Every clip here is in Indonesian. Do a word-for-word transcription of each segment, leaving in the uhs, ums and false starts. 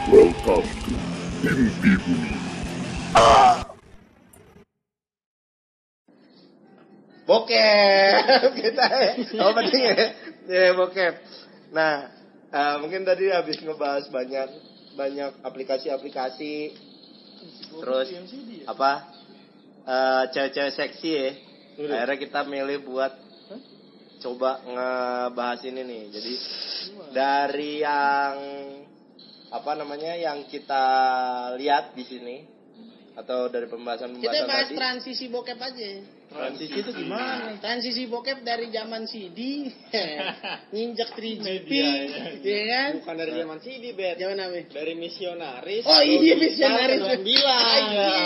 Welcome to Mimpi Bumi. Bokep kita ya. Oh penting ya. Ya bokep. Nah, uh, mungkin tadi habis ngebahas banyak banyak aplikasi-aplikasi. Terus apa? Uh, cewek-cewek seksi ya. Akhirnya kita milih buat coba ngebahas ini nih. Jadi dari yang apa namanya yang kita lihat di sini atau dari pembahasan-pembahasan kita bahas tadi. Transisi bokep aja. Transisi itu gimana? Transisi bokep dari zaman C D nginjek tiga G P, ya kan? Bukan dari zaman C D, Bet. Zaman apa? Dari misionaris. Oh iya, misionaris. Bilang.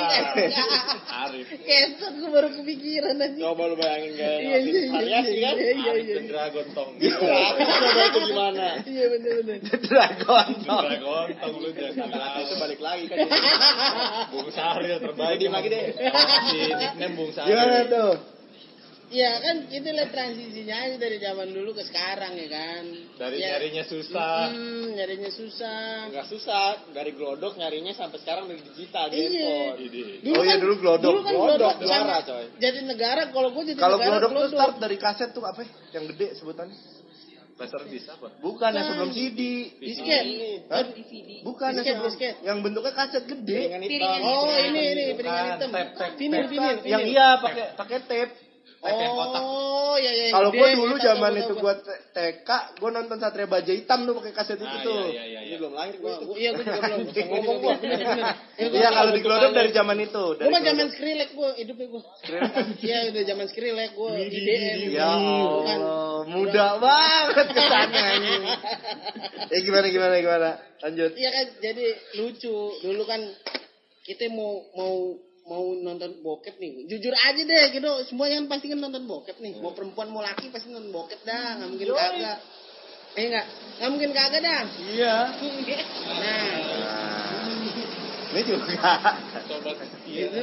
Arif. Kesot gue baru kepikiran aja. Coba lu bayangin gaya Iya, iya, variasi kan? iya, iya, iya. Dragon Tong. Coba itu gimana? Iya benar-benar. Dragon Tong. Dragon Tong lu jangan. Itu balik lagi kan. Bung Sahril terbaik. Di lagi deh. Si nickname Bung Sahril. Gimana tuh? Iya kan kita lihat transisinya aja dari zaman dulu ke sekarang ya kan. Dari ya. nyarinya susah. Hmm, nyarinya susah. Enggak susah, dari glodok nyarinya sampai sekarang dari digital di Iya. handphone. Dulu Oh iya kan, dulu glodok. Dulu kan Glodok, glodok juara, sama coy. jadi negara. Kalau gue jadi Kalau negara glodok tuh start dari kaset tuh apa? Yang gede sebutannya? Laserdisc apa? Bukan yang sebelum C D. disket. Hah? Bukan yang Disket, sebelum disket. yang bentuknya kaset gede. Piringan hitam. Oh ini ini piringan hitam. Tap, tap, Vinil tap. vinil. Yang vinil. iya pakai pakai tape. Oh ya ya. Kalau gede, gue dulu tahu, zaman tahu, itu tahu. gue T K, gue nonton Satria Baja Hitam tuh pakai kaset itu Ah, tuh. iya, iya, iya. Ini belum lahir gue Wah, itu. gua- Iya gue juga belum. Ngomong gua. Iya kalau di glodok dari zaman itu. Gue mah zaman Skrillex gue hidupnya gue. Iya udah zaman Skrillex gue di D M. Ya Allah, muda banget kesannya ini. Ya gimana gimana gimana? Lanjut. Iya kan jadi lucu. Dulu kan kita mau mau mau nonton bokep nih. Jujur aja deh gitu. Semua yang pasti kan nonton bokep nih. Mau perempuan mau laki pasti nonton bokep dah. Nggak mungkin kagak. Eh enggak. Nggak mungkin kagak dah. Iya. Nah. Ini juga. Sobat Gitu.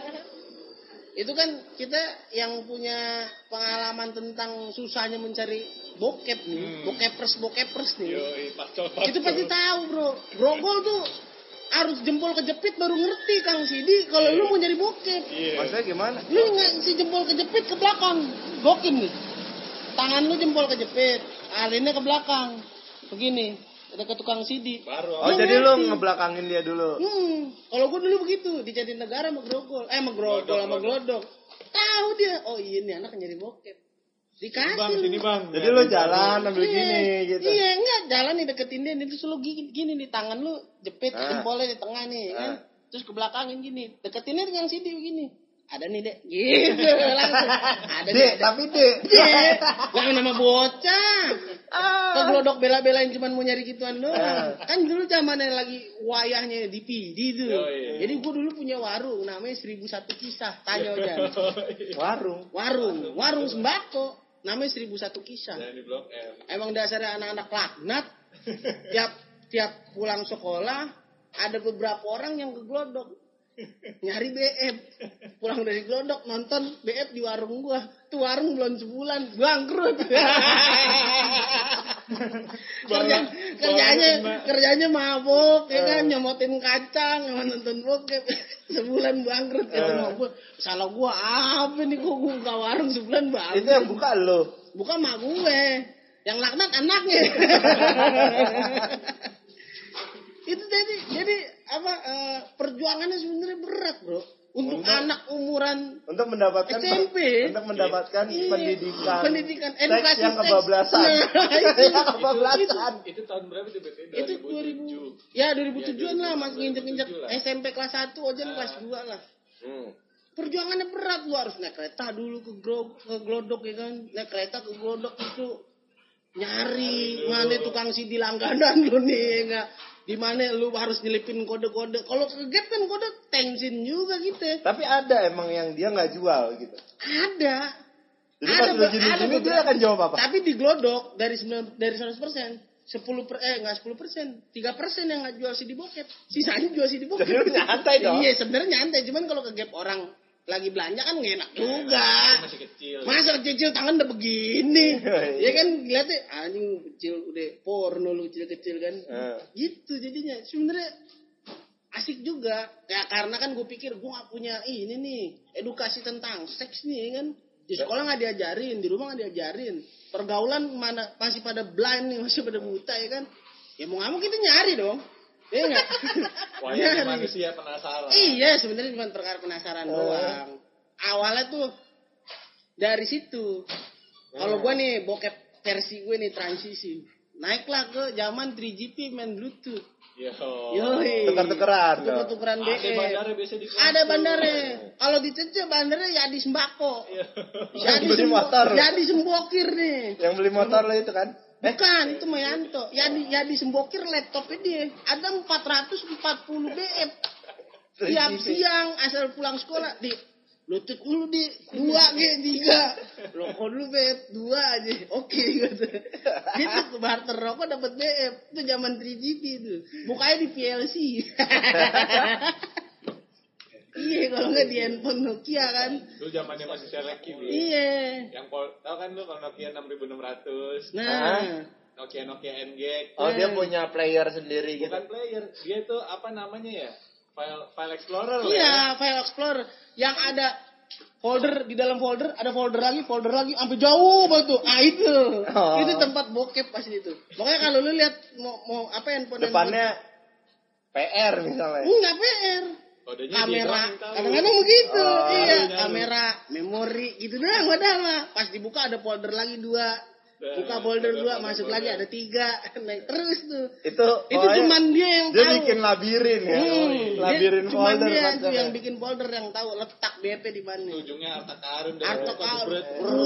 Itu kan kita yang punya pengalaman tentang susahnya mencari bokep nih. Hmm. Bokepers bokepers nih. Yoi, pacol, pacol. Itu pasti tahu bro. Grogol tuh harus jempol kejepit baru ngerti Kang Sidi kalau lu mau nyari bokep. Iya. Maksudnya gimana? Lu nggak si jempol kejepit ke belakang, gokin nih. Tangan lu jempol kejepit, alinnya ke belakang. Begini, ada ke tukang Sidi. Baru. Oh Lu jadi lu ngerti. ngebelakangin dia dulu. Hmm, kalau gua dulu begitu, di Jatinegara sama Grogol, eh sama Grogol sama Glodok. Tahu dia, oh iya nih anak nyari bokep. Dikasih. Bang, lu. sini bang. Jadi lu jalan ambil Iya, gini gitu. Iya, enggak jalan nih deketin dia nih terus lu gini, gini nih tangan lu jepit Ah. jempolnya di tengah nih kan. Ah. Terus ke belakangin gini. Deketinnya dengan Sidi begini. Ada nih, Dek. Gitu langsung. Ada nih, Dek, ada. tapi dek. Dek. Lah nama bocah. Ah. Keglodok bela-belain cuman mau nyari gituan doang. Ah. Kan dulu zamannya lagi wayahnya D V D tuh. Yoi. Jadi gua dulu punya warung namanya seribu satu kisah. Tanya aja. Warung. Warung, warung sembako. Namanya seribu satu kisah. Yang di Blok M. Emang dasarnya anak-anak laknat. tiap tiap pulang sekolah ada beberapa orang yang ke Glodok nyari B F. Pulang dari Glodok nonton B F di warung gua. Tuh warung belum sebulan bangkrut. Kerja, kerjanya kerjanya mabuk ya kan nyomotin kacang sama nonton bokep. Sebulan bangkrut ya Eh. gua. Salah gua apa nih kok gua buka warung sebulan bangkrut. Itu yang buka lo. Bukan mak gue. Yang laknat anaknya. Itu jadi jadi apa eh, perjuangannya sebenarnya berat, Bro. Untuk Untuk- anak umuran Untuk mendapatkan S M P. untuk mendapatkan Iya, pendidikan. pendidikan, seks edukasi yang seks. kebablasan. Nah, itu. Yang kebablasan. Itu tahun berapa tuh, Bet? itu dua ribu ya dua ribu tujuh-an lah masih nginjek-nginjek dua ribu tujuh lah. S M P kelas satu Ojan kelas dua lah. Hmm. Perjuangannya berat, lu harus naik kereta dulu ke Gro- ke Glodok ya kan. Naik kereta ke Glodok itu nyari mana tukang C D langganan lu nih ya enggak. Di mana lu harus nyelipin kode-kode. Kalau ke gap kan kode tensin juga gitu. Tapi ada emang yang dia nggak jual gitu. Ada. Jadi Ada pas lu be- gini-gini ada dia beberapa. akan jawab apa? Tapi di Glodok dari sembilan dari seratus persen sepuluh per, eh enggak sepuluh persen, tiga persen yang enggak jual C D bokep. Sisanya jual C D bokep. Jadi lu nyantai dong. Iya, sebenarnya nyantai, cuman kalau ke gap orang lagi belanja kan nggak enak juga. Masih kecil. Masa kecil tangan udah begini. Ya kan lihatnya anjing kecil udah porno lu kecil-kecil kan. Uh. Gitu jadinya sebenarnya asik juga. Ya karena kan gue pikir gue nggak punya ini nih edukasi tentang seks nih kan. Di sekolah nggak diajarin, di rumah nggak diajarin. Pergaulan mana masih pada blind nih, masih pada buta ya kan. Ya mau nggak mau kita nyari dong. Iya enggak? Wah, manusia penasaran. Iya, sebenarnya cuma perkara penasaran oh. doang. Awalnya tuh dari situ. Oh. Kalau gue nih bokep versi gue nih transisi. Naiklah ke zaman tiga G P main Bluetooth. Yo. Yoi. Tukar-tukaran. Tukar-tukaran B M. Ada bandara biasa di Ada bandarnya. Kalau di Cece bandarnya ya di sembako. Ya di motor. Ya di sembokir nih. Yang beli motor lah itu kan. Bukan, itu Mayanto. Ya di ya disembokir laptopnya dia. Ada empat ratus empat puluh B M. Tiap siang asal pulang sekolah di Bluetooth dulu di dua G tiga. Rokok dulu B M dua aja. Oke gitu. Gitu barter rokok dapat B M. Itu zaman tiga G P itu. Bukanya di P L C. Iya, kalau nggak di handphone Nokia kan. Dulu zamannya masih Seleki. Iya. Yang pol, tau kan lu kalau Nokia enam ribu enam ratus. Nah, Nokia Nokia N G. Oh, dia punya player sendiri gitu. Bukan player, dia tuh apa namanya ya? File file explorer. Iya, ya? file explorer yang ada folder di dalam folder, ada folder lagi, folder lagi sampai jauh banget tuh. Ah itu. Oh. Itu tempat bokep pasti itu. Makanya kalau lu lihat mau mau apa handphone depannya P R misalnya. Enggak P R. Kodenya kamera kadang-kadang begitu oh, iya nyari. Kamera memori gitu doang padahal mah pas dibuka ada folder lagi dua buka folder dua masuk folder. Lagi ada tiga naik terus tuh itu itu cuman dia yang dia tahu dia bikin labirin ya hmm, labirin dia, folder dia itu yang bikin folder yang tahu letak B P di mana ujungnya harta karun harta karun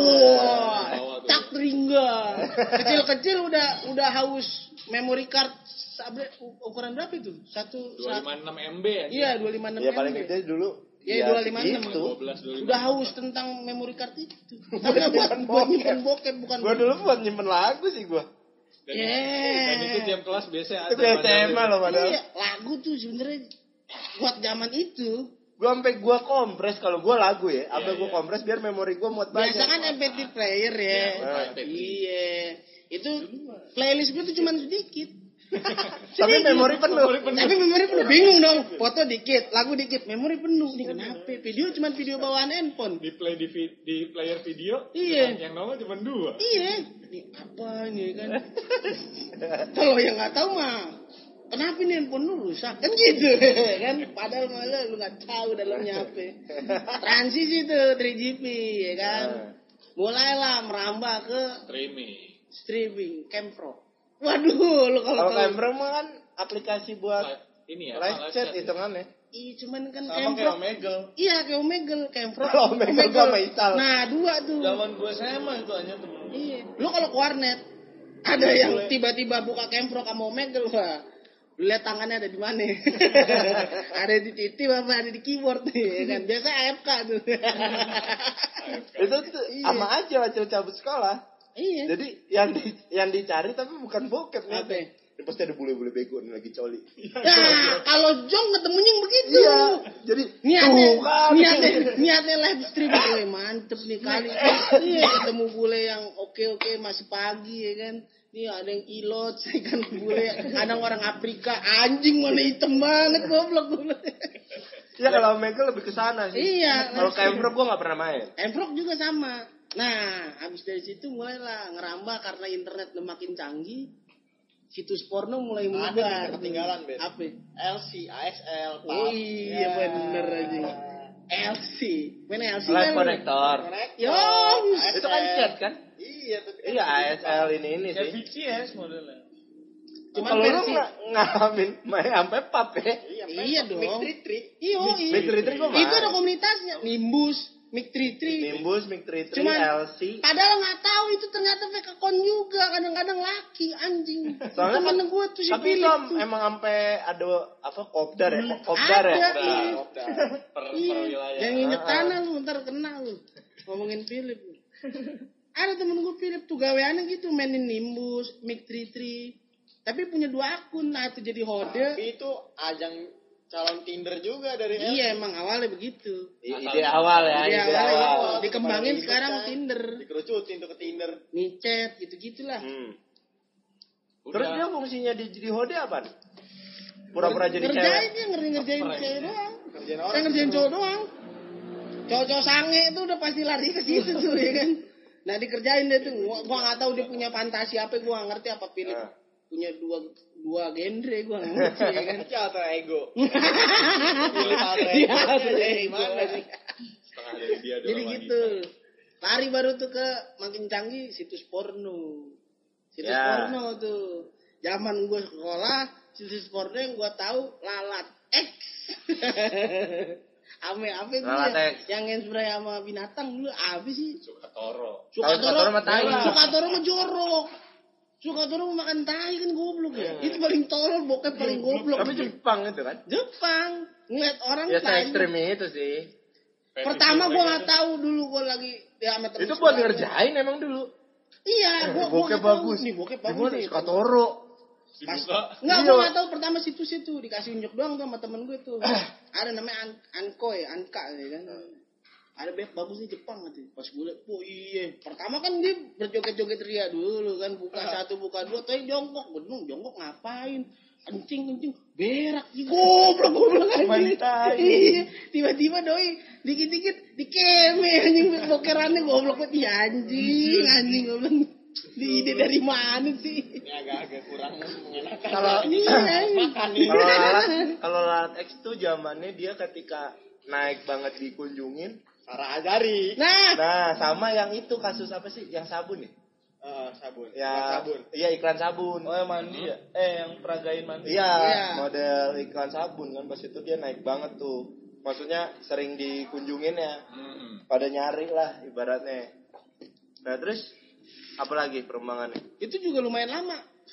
wah tak ringga kecil-kecil udah udah haus memory card ukuran berapa itu? Satu dua ratus lima puluh enam M B ya? Iya, dua ratus lima puluh enam ya, M B. Paling gede dulu. Iya, ya, dua ratus lima puluh enam itu. Udah haus tentang memory card itu. Karena buat buat nyimpen bokep bukan. Gua dulu buat nyimpen lagu sih gua. Dan, yeah. dan itu tiap kelas biasa ada. Itu S M A loh padahal. Iya, lagu tuh sebenarnya buat zaman itu. Gua sampai gua kompres kalau gua lagu ya, sampai yeah, gua yeah. kompres biar memori gua muat banyak. Biasa kan M P tiga player ya. Yeah, iya. Itu playlist gua tuh cuma sedikit. Tapi memori penuh. Tapi memori penuh. Bingung dong. Foto dikit, lagu dikit, memori penuh. Ini kenapa? Video cuma video bawaan handphone. Di play di, di player video. Iya. Yang nongol cuma dua. Iya. Ini apa ini kan? Kalau yang nggak tahu mah, kenapa nih handphone lu rusak? Kan gitu kan? Padahal malah lu nggak tahu dalamnya apa. Transisi tuh tiga G P ya kan. Mulailah merambah ke streaming. Streaming, Camfro. Waduh, lu kalau Camfro mah kan aplikasi buat live, ini ya, live chat hitungannya. Iya, cuman kan sama kayak Omegle. Iya, kayak Omegle, Camfro. Oh, Omegle gua sama Ital. Nah, dua tuh. Zaman gua sama itu hanya tuh. Iya. Lu kalau ke warnet ada oh, yang boleh. Tiba-tiba buka Camfro sama Omegle, wah. Lu lihat tangannya ada di mana? Ada di titik apa ada di keyboard nih kan. Biasa A F K tuh. Itu tuh sama aja wacil cabut sekolah. Iya. Jadi yang di, yang dicari tapi bukan bokep nih. Apa? Ya, pasti ada bule-bule bego nih lagi coli. Nah, kalau Jong ketemunya begitu. Iya. Jadi niatnya kan. niatnya niatnya live streaming gue mantep nih kali. Iya, ketemu bule yang oke-oke masih pagi ya kan. Nih ada yang ilot, saya kan bule, ada orang Afrika, anjing mana hitam banget goblok bule. Iya, kalau Omegle lebih ke sana sih. Iya. Kalau Camfro gue enggak pernah main. Camfro juga sama. Nah, habis dari situ mulailah ngerambah karena internet makin canggih. Situs porno mulai menyebar. Ketinggalan, Ben. Apa? L C, A S L, P A P. Oh iya, yeah. Bener aja. L C. Mana L C? Live connector. Yo, itu kan chat kan? Iya, tuh. Iya, A S L ini ini sih. V C S modelnya. Cuma kalau lu ngalamin main sampai P A P ya? Iya, iya dong. Mic tiga tiga. Iya, iya. Mic tiga tiga gua main. Itu ada komunitasnya. Nimbus. Mic tiga tiga. Nimbus, Mic tiga tiga, cuman, L C. Padahal nggak tahu itu ternyata fake account juga. Kadang-kadang laki anjing. Soalnya temen gue tuh si tapi Philip tuh emang sampai ada apa kopdar ya? Kopdar ya? Ada, iya. Per, per iya. wilayah. Yang inget tanah lu, ntar kena lu. Ngomongin Philip. Ada temen gue Philip tuh gaweannya gitu. Mainin Nimbus, Mic tiga tiga. Tapi punya dua akun. Nah itu jadi horde. Tapi itu ajang calon Tinder juga dari L C. Iya emang awalnya begitu. I- ide awal ya, Ide ide awal awal. gitu. Dikembangin Kembali sekarang hidup, Tinder, Dikerucutin tuh ke Tinder. micet gitu-gitulah. Hmm. Udah. Terus dia fungsinya di, di hode apa? Pura-pura jadi ngerjain cewek. dia ngerjain ngerjain Keren. cewek doang. Kerjaan Saya orang. ngerjain seru. cowok doang. Cowok-cowok sange itu udah pasti lari ke situ tuh ya kan. Nah dikerjain dia tuh. Gua, gua nggak tahu dia punya fantasi apa, gua nggak ngerti apa pilih Ah. punya dua dua genre gua nggak ngerti ya kan. Itu alter ego. Pilih alter ego. Iya, alter Jadi ego. gimana sih? Setengah dari dia adalah Jadi wanita. gitu. Lari baru tuh ke makin canggih situs porno. Situs Ya. porno tuh. Zaman gua sekolah, situs porno yang gua tahu Lalat X. Ame apa itu Lalat ya? X. Yang nge-spray sama binatang dulu apa sih? Suka Toro. Sukatoro mah tai lah. Sukatoro mah jorok. Sukatoro mah makan tai kan goblok ya. Itu paling tolol, bokep paling goblok. Tapi Jepang itu kan. Jepang ngeliat orang Ya se tai. ekstrim itu sih. Pertama gua nggak tahu dulu gua lagi ya sama temen Itu buat sekolah gua. ngerjain emang dulu. Iya, gua gua Bokep nggak tahu. bagus. Nih bokep bagus Gimana nih. Sukatoro? Pas, Dibuka. enggak, Iya. gua nggak tahu pertama situs-situ dikasih unjuk doang tuh sama temen gue tuh. Ada namanya An Anko ya, Anka ya kan. Ada beb bagus nih Jepang katanya. Pas gue liat, oh iya. Pertama kan dia berjoget-joget ria dulu kan, buka satu, buka dua, tapi jongkok. Bener, jongkok ngapain? Kencing, kencing, berak. Ih, goblok, goblok anjing. Wanita. Iya, tiba-tiba doi dikit-dikit dikeme anjing bokerannya goblok banget. Iya, anjing, anjing goblok. Di ide dari mana sih? Ini agak-agak kurang mengenakan. Kalau Iya, anjing. Makan nih. kalau lalat kalau lalat X tuh zamannya dia ketika naik banget dikunjungin. Sarah Azari. Nah, Nah, sama yang itu kasus apa sih? Yang sabun nih? Eh, sabun. Ya, sabun. Iya, iklan sabun. Oh, yang mandi ya? Eh, yang peragain mandi. Iya, Iya. model iklan sabun kan pas itu dia naik banget tuh. Maksudnya sering dikunjungin ya. Hmm. Pada nyari lah ibaratnya. Nah, terus apa lagi perkembangannya? itu juga lumayan lama.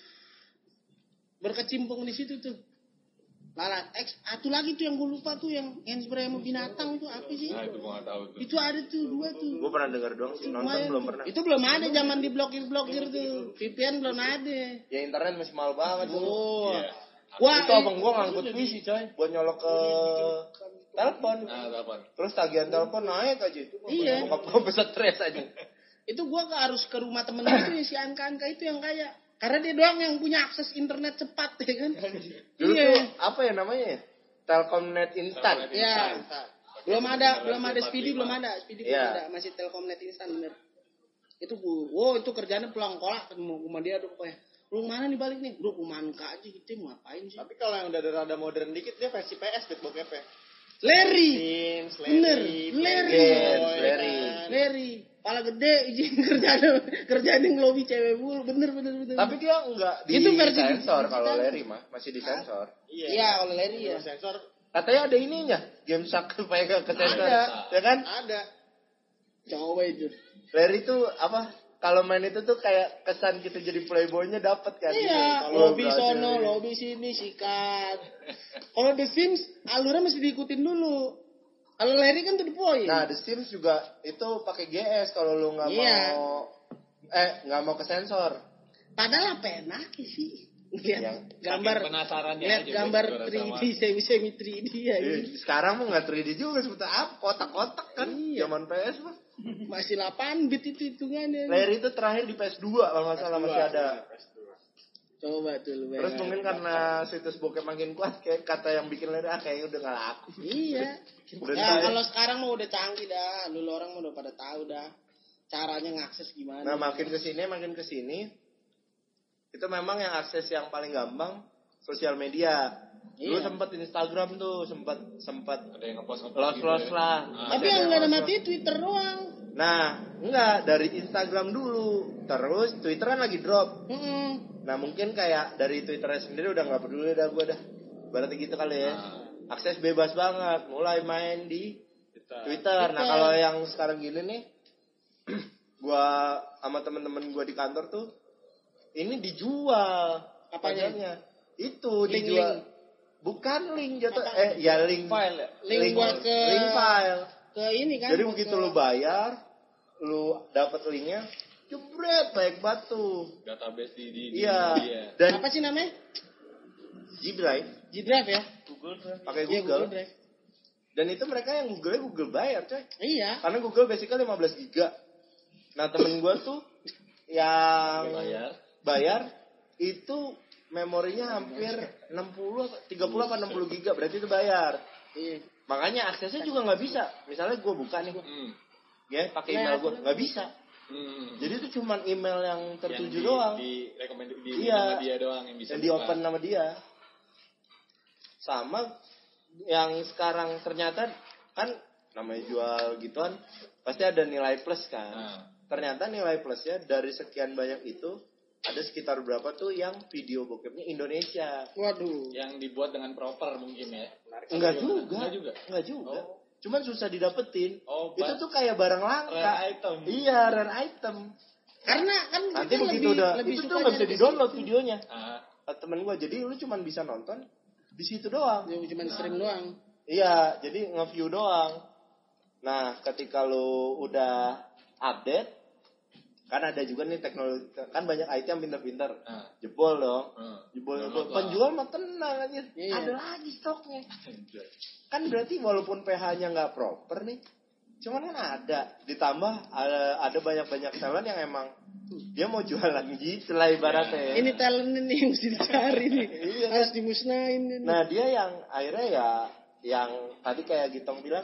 Berkecimpung di situ tuh. Lalat X, satu lagi tuh yang gue lupa tuh yang yang spray sama binatang tuh apa sih? Nah, itu gua nggak tahu tuh. Itu ada tuh dua tuh. Gue pernah dengar doang sih, nonton Lumayan belum tuh. pernah. Itu belum ada zaman di blokir-blokir tuh. V P N belum ada. Ya internet masih mahal banget tuh. Oh. Iya. Wah, Itu abang gua ngangkut puisi coy, buat nyolok ke telepon. Nah, telepon. Terus tagihan telepon naik aja. Iya. Bokap gua stres aja. itu gua ke, harus ke rumah temen itu ya, si Anka-Anka itu yang kaya. Karena dia doang yang punya akses internet cepat ya kan. Dulu Iya. tuh apa ya namanya ya? Telkomnet instan. Telkomnet Iya. instan. Belum ada, belum ada Speedy, belum ada. Speedy belum Iya. ada, masih Telkomnet instan bener. Itu gua, wow itu kerjanya pulang kolak ketemu rumah dia tuh kayak, lu mana nih balik nih? Bro, rumah Anka aja gitu, mau ngapain sih? Tapi kalau yang udah ada rada modern dikit dia versi P S bet bokepnya. Larry, Sims, Bener, Larry, Larry. Yes, Playboy, Larry. kan. Larry, pala gede, izin kerjaan kerjaan yang lobby cewek mulu, bener bener bener. Tapi dia enggak di Itu versi sensor digital. kalau Larry mah, masih di sensor. Iya. Iya, kalau Larry ya. Kalau sensor Katanya ada ininya, game shark supaya ke ke sensor. Ada. Ya kan? ada. Coba itu. Larry tuh apa? Kalau main itu tuh kayak kesan kita jadi playboynya dapat kan? Iya, Kalau lobby berhasil. sono, lobby sini, sikat. Kalau The Sims, alurnya mesti diikutin dulu. Kalau Larry kan to the point. Nah, The Sims juga itu pakai G S kalau lu nggak Iya. mau eh nggak mau ke sensor. Padahal apa enak sih? Lihat Yang- gambar, Saking penasarannya lihat aja, gambar Bos, tiga D, sama. semi semi tiga D ya. Eh, sekarang mah nggak tiga D juga sebetulnya apa kotak-kotak kan Iya. zaman P S mah. Masih delapan bit itu hitungannya. Larry itu terakhir di P S dua kalau nggak salah masih ada. Coba tuh lu. Terus bayangin. mungkin karena situs bokep makin kuat kayak kata yang bikin Larry ah kayaknya udah nggak laku. Iya. Udah Ya tahu. kalau sekarang mah udah canggih dah. Dulu orang mah udah pada tahu dah caranya ngakses gimana. Nah, makin ke sini makin ke sini itu memang yang akses yang paling gampang sosial media. Dulu Iya. sempat Instagram tuh, sempat sempat Ada yang ngepost ngepost los-los gitu ya. lah. Ah. Tapi Ada yang nggak ada los-los. mati Twitter doang. Nah, enggak dari Instagram dulu, terus Twitteran lagi drop. Mm-mm. Nah, mungkin kayak dari Twitternya sendiri udah nggak peduli dah gue dah. Berarti gitu kali ya. Ah. Akses bebas banget, mulai main di Kita. Twitter. Nah, Twitter. kalau yang sekarang gini nih, gua sama temen-temen gua di kantor tuh, ini dijual. Apanya? Pajaknya. Itu Link, dijual. link. Bukan link jatuh, Apa? eh ya link File ya? Link buat ke- link file. Ke ini kan. Jadi ke- begitu lu bayar, lu dapat linknya, jebret baik batu. Database di di, di Iya. dia. Dan apa sih namanya? G Drive. G Drive ya? Google Drive. Pakai Iya, Google. Google Drive. Dan itu mereka yang Google Google bayar, coy. Iya. Karena Google basically lima belas giga. Nah, temen gue tuh yang Bayar. bayar itu memorinya hampir enam puluh, tiga puluh apa enam puluh giga, berarti itu bayar. Iya. Makanya aksesnya juga nggak bisa. Misalnya gue buka nih, Hmm. ya pakai email gue, nggak bisa. Hmm. Jadi itu cuma email yang tertuju Yang di, doang, Di rekomend di Iya. nama dia doang yang bisa yang di buka. open nama dia. Sama yang sekarang ternyata kan namanya jual gituan, pasti ada nilai plus kan. Nah. Ternyata nilai plusnya dari sekian banyak itu ada sekitar berapa tuh yang video bokepnya Indonesia. Waduh. Yang dibuat dengan proper mungkin ya. Enggak Gimana? juga. Enggak juga. Enggak juga. Oh. Cuman susah didapetin. Oh, Itu ba- tuh kayak barang langka. Rare item. Iya, rare item. Karena kan Nanti kita begitu lebih, udah lebih itu suka tuh nggak bisa nyari di download ke situ. videonya. Ah. Kata temen gue, jadi lu cuman bisa nonton di situ doang. Ya, cuma stream doang. Iya, jadi nge-view doang. Nah, ketika lu udah update, kan ada juga nih teknologi, kan banyak I T yang pinter-pinter. Ah. Jebol dong. Hmm. Jebol, jebol. Download lah. Penjual mah tenang aja. Iya. Ada lagi stoknya. Kan berarti walaupun P H-nya nggak proper nih, cuman kan ada. Ditambah ada, ada banyak-banyak talent yang emang dia mau jualan gitu lah ibaratnya. Ini talent ini yang mesti dicari nih. Iya. Harus dimusnahin ini. Nah dia yang akhirnya ya, yang tadi kayak Gitong bilang,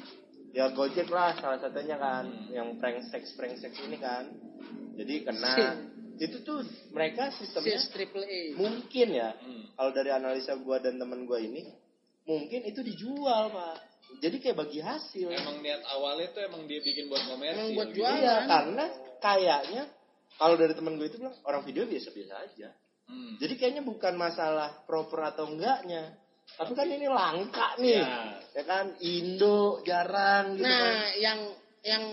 ya Gojek lah salah satunya kan, Hmm. yang prank sex prank sex ini kan. Jadi kena. Itu tuh mereka sistemnya Sis triple A. mungkin ya. Hmm. Kalau dari analisa gua dan temen gua ini, mungkin itu dijual pak. Jadi kayak bagi hasil. Emang niat awalnya tuh emang dia bikin buat komersil. Emang buat gitu. jualan. Iya, karena kayaknya kalau dari temen gue itu bilang orang video biasa-biasa aja. Hmm. Jadi kayaknya bukan masalah proper atau enggaknya. Tapi kan ini langka nih. Ya. Ya kan Indo jarang gitu kan. Nah, yang yang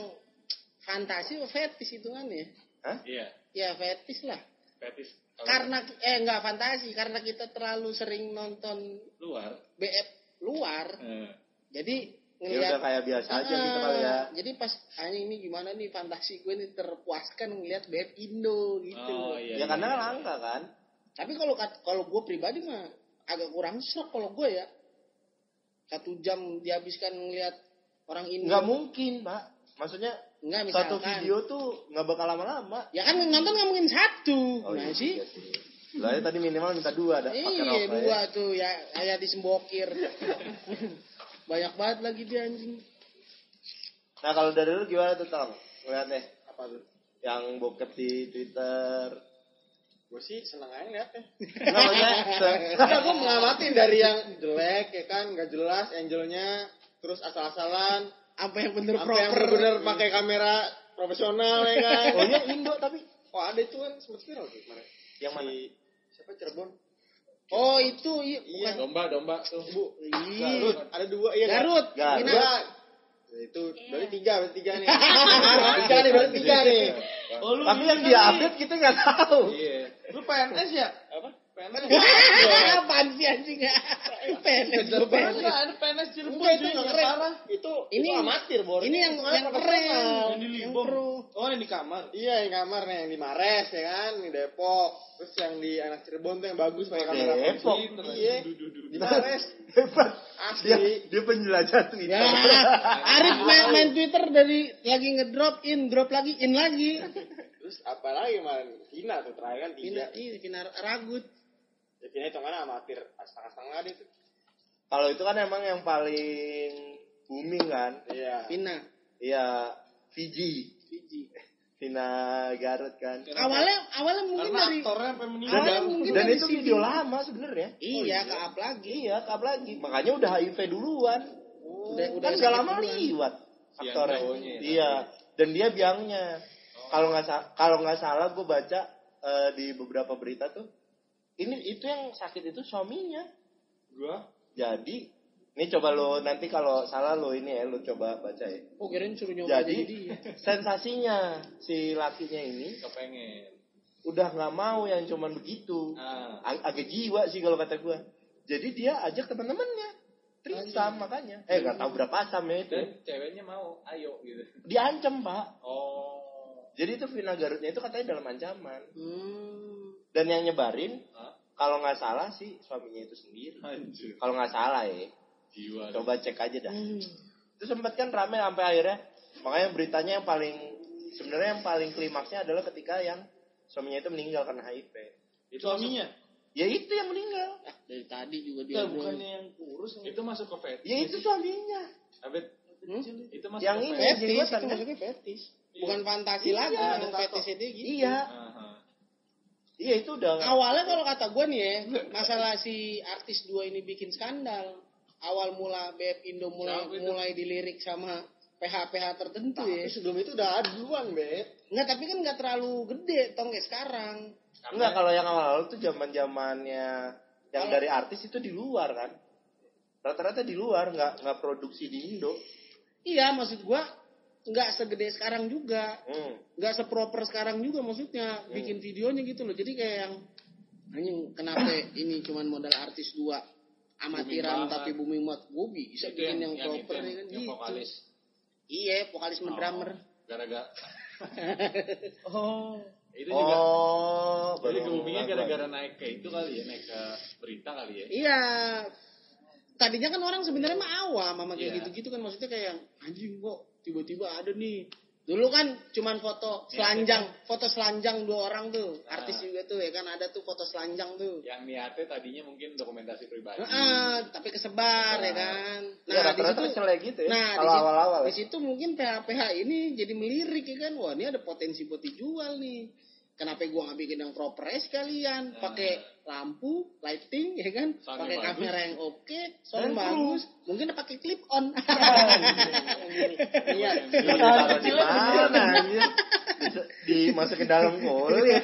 fantasi atau fetis hitungannya? Hah? Iya. Ya fetis lah. Fetis. Kalau Karena eh enggak fantasi, karena kita terlalu sering nonton luar. B F luar. Eh. Jadi Ya ngelihat udah kayak biasa aja gitu Ah, kali ya. Jadi pas anjing ini gimana nih fantasi gue nih terpuaskan ngelihat B F Indo gitu. Oh iya. Ya iya, karena iya. langka kan. Tapi kalau kat- kalau gue pribadi mah agak kurang serap kalau gue ya. Satu jam dihabiskan ngelihat orang Indo. Nggak mungkin pak. Maksudnya Enggak, misalkan. satu video tuh nggak bakal lama-lama. Ya kan nonton nggak mungkin satu. Oh nah iya sih. iya sih. Lah ya tadi minimal minta dua dah. pakai Iya rokok dua ya. tuh ya kayak disembokir. Banyak banget lagi dia anjing. Nah kalau dari lu gimana tuh Tong? Ngeliat deh. Apa tuh? Yang bokep di Twitter. Gue sih seneng aja ngeliatnya. Nggak maksudnya. se- Karena gue mengamati dari yang jelek ya kan, nggak jelas angelnya, terus asal-asalan, Apa yang bener apa proper? yang bener-bener pakai kamera profesional ya kan. Oh iya Indo tapi. Oh ada itu kan sempet viral tuh kemarin. Yang mana? Si- siapa Cirebon? Oh itu iya. Iya. Bukan. Domba, domba tuh. Bu. Ih. Garut. Ada dua iya. kan? Garut. Garut. Mina. Dua. Ya, itu berarti tiga, berarti tiga nih. tiga nih, berarti tiga nih. Oh, lu Tapi ini yang dia kali. update kita nggak tahu. Iya. Lu P N S ya? Apa? P N S. Apaan sih anjing? P N S gue P N S. Ada P N S Cirebon Enggak itu juga nggak keren. parah. Itu Ini itu amatir, Bor. Ini yang Kemarin yang profesional. keren. Yang di Yang Libong. pro. Oh, yang di kamar. Iya yang kamar nih, yang di Mares ya kan, di Depok. Terus yang di anak Cirebon tuh yang bagus pakai kamera Depok. Fuji. Iya. Di Mares. Hebat. Dia, Asli. dia penjelajah Twitter. Ya, Arif main, main Twitter dari lagi ngedrop in, drop lagi, in lagi. Terus apa lagi kemarin? Vina tuh terakhir kan tiga. Ini, ini Vina Ragut. Ya Vina itu kan amatir setengah-setengah deh tuh. Kalau itu kan emang yang paling booming kan. Iya. Vina. Iya, Fiji. Fiji. Vina Garut kan. Awalnya awalnya mungkin Karena dari aktornya sampai Dan, meninggal. Awalnya mungkin dan dari itu C D. video lama sebenarnya. Iya, ke up lagi. Iya, kap lagi. Makanya udah H I V duluan. Udah udah Kan gak sakit lama duluan. liwat Si aktornya. yang cowoknya ya, Iya. Dan dia biangnya. Kalau nggak sa- kalau nggak salah gue baca eh, di beberapa berita tuh, ini itu yang sakit itu suaminya. Gua Jadi, ini coba lo nanti kalau salah lo ini ya lo coba baca ya. Oh, kirain suruh nyoba Jadi jadi dia. sensasinya si lakinya ini kepengen. udah nggak mau yang cuman begitu. Ah. Ag- agak jiwa sih kalau kata gue. Jadi dia ajak teman-temannya. Trisam makanya. Eh nggak tahu berapa asam ya itu. Dan ceweknya mau, ayo gitu. Diancam pak. Oh. Jadi itu Vina Garutnya itu katanya dalam ancaman. Hmm. Dan yang nyebarin Hah? kalau nggak salah sih suaminya itu sendiri. Anjir. Kalau nggak salah ya. Jiwa. Coba cek aja dah. Hmm. Itu sempat kan rame sampai akhirnya. Makanya beritanya yang paling sebenarnya yang paling klimaksnya adalah ketika yang suaminya itu meninggal karena H I V. Itu suaminya. Ya itu yang meninggal. Ah, dari tadi juga dia Enggak, bilang. bukannya yang kurus. Itu masuk ke fetish. Ya itu suaminya. Abet. Hmm? Itu masuk Yang ke ini. fetish. Fetis, jenggotan, itu kan? maksudnya fetis. Bukan Iya. fantasi Iya, lagi, ada yang tato. fetisnya dia gitu. Iya. Aha. Iya itu udah. Awalnya kalau kata gue nih ya, masalah si artis dua ini bikin skandal. Awal mula B F Indo mulai Siapa itu? mulai dilirik sama P H P H tertentu ya. Tapi sebelum itu udah ada duluan, Bet. Enggak, tapi kan enggak terlalu gede tong kayak sekarang. Enggak, kalau yang awal-awal tuh zaman-zamannya yang Kalau- dari artis itu di luar kan. Rata-rata di luar, nggak nggak produksi di Indo. Iya, maksud gua enggak segede sekarang juga. Hmm. Enggak seproper sekarang juga maksudnya bikin videonya gitu loh. Jadi kayak yang anjing kenapa ini cuman modal artis dua amatiran Booming tapi banget. booming banget. Gua bisa Itu bikin yang, itu proper yang, ya kan yang gitu. vokalis. Iya, vokalis sama drummer. Oh, gara-gara. Oh. Itu juga. Oh, Jadi baru boomingnya ngomong gara-gara naik ke itu kali ya, naik ke berita kali ya. Iya. Tadinya kan orang sebenarnya mah awam sama kayak Iya. gitu-gitu kan, maksudnya kayak yang anjing kok tiba-tiba ada nih. Dulu kan cuman foto selanjang, foto selanjang dua orang tuh. Artis Ah. juga tuh ya kan ada tuh foto selanjang tuh. Yang niatnya tadinya mungkin dokumentasi pribadi. Heeh, tapi kesebar ya kan. Iya, Nah, di rata-rata situ kecelek gitu ya. Nah, kalau di situ, awal-awal. di situ mungkin P H P H ini jadi melirik ya kan. Wah, ini ada potensi buat dijual nih. Kenapa gua nggak bikin yang proper aja sekalian? Nah. Pakai lampu, lighting ya kan? Sound Pakai yang bagus. kamera yang oke, sound Dan bagus. Mungkin pakai clip on. Iya. Iya, taruh di mana anjir? Bisa dimasukin dalam kulit.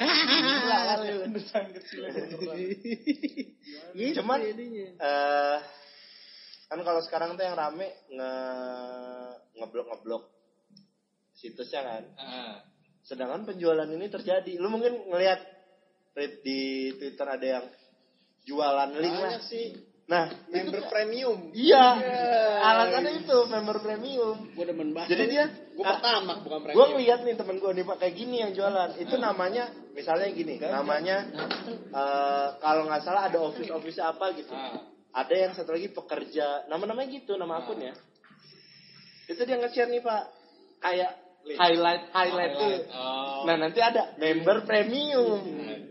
Gitu Cuman jadinya. eh kan kalau sekarang tuh yang rame nge ngeblok ngeblok situsnya kan. Ah. Sedangkan penjualan ini terjadi. Lu mungkin ngelihat Rit, di Twitter ada yang jualan link lah. Banyak sih. Nah, Member itu- premium. Iya. Alasannya itu member premium. Gua demen banget. Jadi dia Gue pertama bukan premium. gue ngeliat nih temen gue nih pak kayak gini yang jualan. Itu namanya misalnya gini, namanya eh, kalau nggak salah ada office office apa gitu. Ah. Ada yang satu lagi pekerja, nama-namanya gitu, nama akunnya. Itu dia nge-share nih pak, kayak highlight highlight tuh. Oh. Nah nanti ada member premium.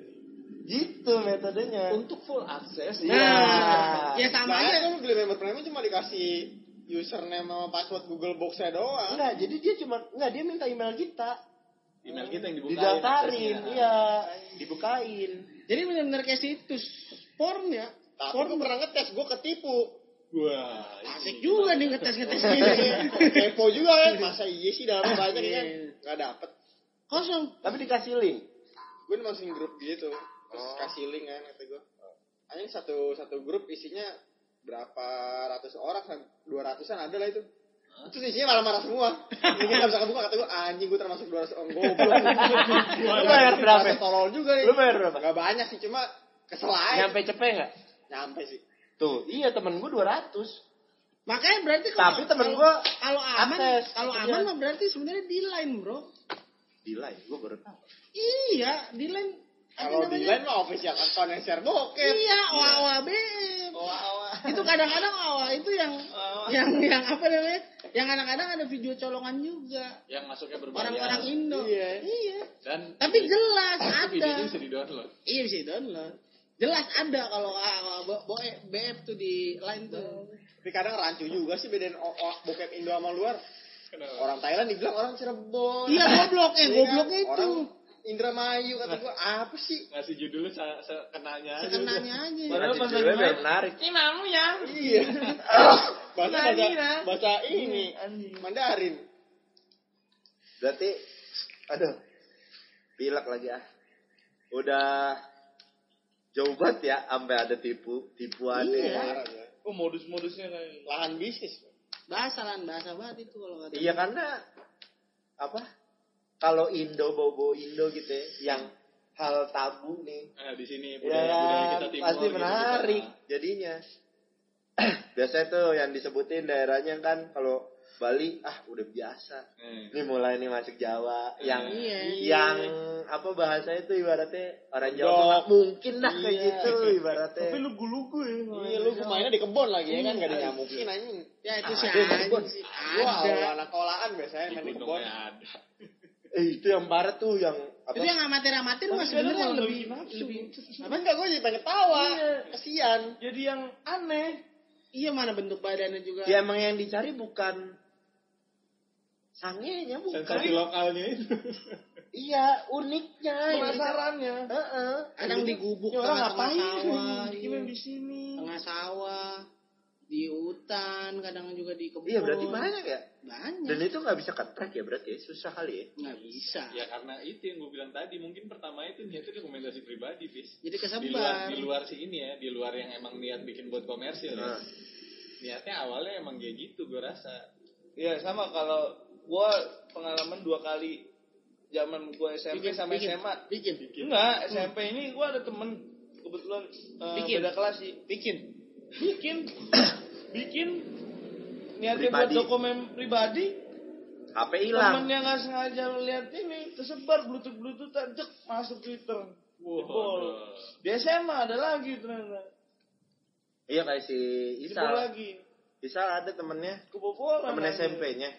Gitu metodenya. Untuk full akses. Iya. Nah, ya sama Nah, aja. kan lu beli member premium cuma dikasih username sama password Google Box-nya doang. Enggak, jadi dia cuma enggak dia minta email kita. Email kita yang dibukain. Didaftarin, aksesnya. iya, dibukain. Jadi benar-benar kayak situs porn ya. Tapi Porn gue pernah ngetes, gue ketipu. Wah. asik juga nih ngetes-ngetes gini. Kepo juga kan, masa iya sih dalamnya banyak ya kan? Gak dapet. Kosong. Tapi dikasih link. Gue masukin grup gitu, terus kasih link kan kata gue. Anjing satu satu grup isinya berapa ratus orang, dua ratusan ada lah itu. Itu isinya malah marah semua. Mungkin gak bisa kebuka, kata gue anjing gue termasuk dua ratus orang goblok. Lu bayar berapa? Rasa tolol juga nih. Lu bayar berapa? Gak banyak sih, cuma kesel aja. Nyampe cepet enggak? Nyampe sih. Tuh, iya temen gue dua ratus. Makanya berarti kalau Tapi temen kalau- gua kalau aman, akses, kalau maksudnya. aman mah berarti sebenarnya di line, Bro. Di line, gue baru tahu. Iya, di line. apa Kalau di namanya? lain mah official account yang share bokep. Iya, owa B M. Itu kadang-kadang owa itu yang yang yang apa namanya? Yang kadang-kadang ada video colongan juga. Yang masuknya berbayar. Orang-orang Indo. Iya. Iya. Dan Tapi jelas itu ada. videonya bisa di-download. Iya bisa download. Jelas ada kalau ah, bo- bo- B F tuh di line tuh. Tapi kadang rancu juga sih bedain o- o- bokep Indo sama luar. Kenapa? Orang Thailand dibilang orang Cirebon. Iya goblok, eh Iya kan? gobloknya itu. Orang Indramayu kata gua apa sih? Ngasih judulnya se- sekenanya aja. Sekenanya aja. Padahal Nah, pas judulnya lagi biar main, menarik. ini mamu ya. Iya. Bahasa Nani, bahasa, nah. bahasa ini Mandarin. Berarti, aduh, pilek lagi ah. Udah jauh banget ya, sampai ada tipu tipuannya. Iya. Oh modus-modusnya kayak. Lahan bisnis. Bahasa lan bahasa banget itu kalau kata. Iya karena apa? Kalau Indo bobo Indo gitu ya, yang hal tabu nih, Nah, di sini ya budaya-budaya kita timur pasti gitu, menarik gitu. jadinya. Biasanya tuh yang disebutin daerahnya kan kalau Bali ah udah biasa. Hmm. Ini mulai nih masuk Jawa yang Iya. yang apa bahasanya itu ibaratnya orang Jawa Dok. nggak mungkin dah kayak Iya. gitu ibaratnya. Tapi lugu-lugu ya. Iya lu mainnya di kebon lagi ya kan enggak Iya. dinyamukin anjing. Ya itu Ada sih di anjing kebun. sih. Gua Ada. awal anak sekolahan biasanya main di kebon. Gunungnya ada. Eh itu yang barat tuh yang apa? Itu yang amatir-amatir Tapi mah kadang sebenarnya malah lebih bikin nafsu. lebih Apa enggak gue jadi pengen ketawa. Iya. Kasian. Jadi yang aneh. iya mana bentuk badannya juga. Ya emang yang dicari bukan sangenya bukan. Sensasi lokalnya itu. Iya uniknya. yang dicari. Penasarannya. Heeh. Kadang di gubuk Ini orang tengah-tengah ngapain? sawah, Bikin iya. di sini. Tengah sawah, di hutan, kadang juga di kebun. Iya berarti banyak ya. Banyak. Dan itu nggak bisa ketrack ya berarti ya? Susah kali ya. Nggak bisa. Ya karena itu yang gue bilang tadi, mungkin pertama itu niatnya rekomendasi pribadi, Fis. Jadi Di luar, kesebar. di luar si ini ya, di luar yang emang niat bikin buat komersil ya. Nah. Niatnya awalnya emang kayak gitu, gue rasa. Iya sama kalau gua pengalaman dua kali zaman gua S M P sama bikin, S M A. Bikin. Enggak, S M P ini gua ada temen kebetulan eh, Bikin. beda kelas sih. Bikin. Bikin, bikin niatnya buat Pribadi. dokumen pribadi. H P hilang. Temennya nggak sengaja lihat ini tersebar bluetooth bluetoothan cek masuk Twitter. Jebol. Di S M A ada lagi ternyata. Iya kayak si Jebol Isal. lagi. Isal ada temennya. Kebobolan. Temen aja. S M P-nya.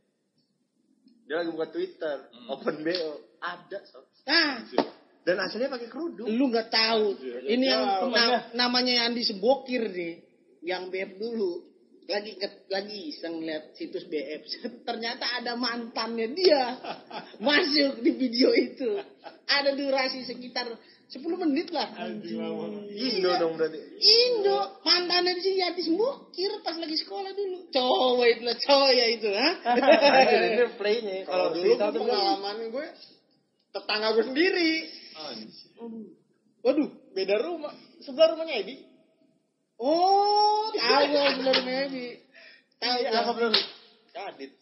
Dia lagi buka Twitter, Hmm. open B O, ada so. Nah, Dan aslinya pakai kerudung. lu nggak tahu. Ini yang Jauh, na- namanya Andi Sebokir nih, yang B F dulu. Lagi ke, lagi iseng lihat situs B F. Ternyata ada mantannya dia masuk di video itu. Ada durasi sekitar sepuluh menit lah. Indo dong berarti. Indo, mantannya di sini Andi Sebokir pas lagi sekolah dulu. Cowok itu lah, cowok ya itu, ha? Anjir, ini playnya. Kalau Kalau dulu dulu gue tuh pengalaman gue tetangga gue sendiri. Waduh. Beda rumah. Sebelah rumahnya Edi. Oh, tahu gue bener Mebi. Tahu Iya, gue. apa belum? Kadit.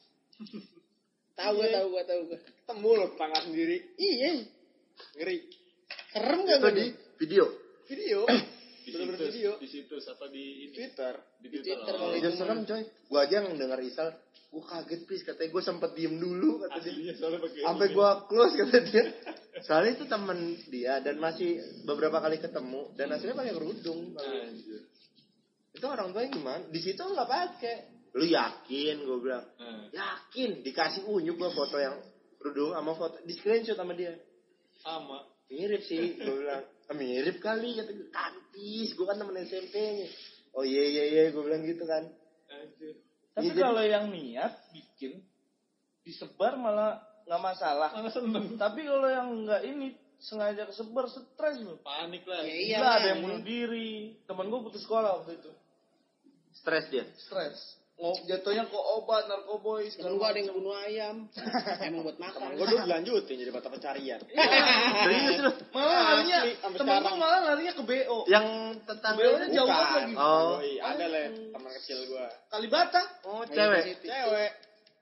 Tahu gue, tahu gue, tahu gue. Ketemu loh tetangga sendiri. Iya, Ngeri. serem gak itu gue di video. Video. Di Bener-bener situs, video. di situs apa di ini? Twitter. Di Di Twitter. Twitter oh. kalau Itu serem coy. Gua aja yang denger Isal, gua kaget please katanya gua sempet diem dulu kata dia. Aslinya soalnya pakai Sampai ini. gua close kata dia. Soalnya itu temen dia dan masih beberapa kali ketemu dan aslinya pakai kerudung. Anjir. Itu orang tua gimana? Di situ nggak pakai. Lu yakin? Gue bilang. Nah, Yakin. Dikasih unjuk gua foto yang kerudung sama foto di screenshot sama dia. sama. Mirip sih, gue bilang. Ah, mirip kali kata gue. Kantis, gue kan temen S M P-nya. Oh iya iya iya, gue bilang gitu kan. Anjir. Tapi Iya, jadi- kalau yang niat bikin disebar malah nggak masalah. Mana seneng. Tapi kalau yang nggak ini sengaja kesebar stres loh. Panik lah. Ya iya, Gila, ada Man. yang bunuh diri. Temen gue putus sekolah waktu itu. Stres dia. Stres. Mau jatuhnya ke obat, narkoboy, Temen segala gue ada yang macam. bunuh ayam. Emang buat makan. Temen gue dulu dilanjutin jadi mata pencarian. Serius lu? Malah larinya, Asli, sampai temen gue sekarang. malah larinya ke B O. Yang tentang B O-nya jauh banget lagi. Oh. Yoi, ada lah teman kecil gue. Kalibata. Oh, cewek. Cewek.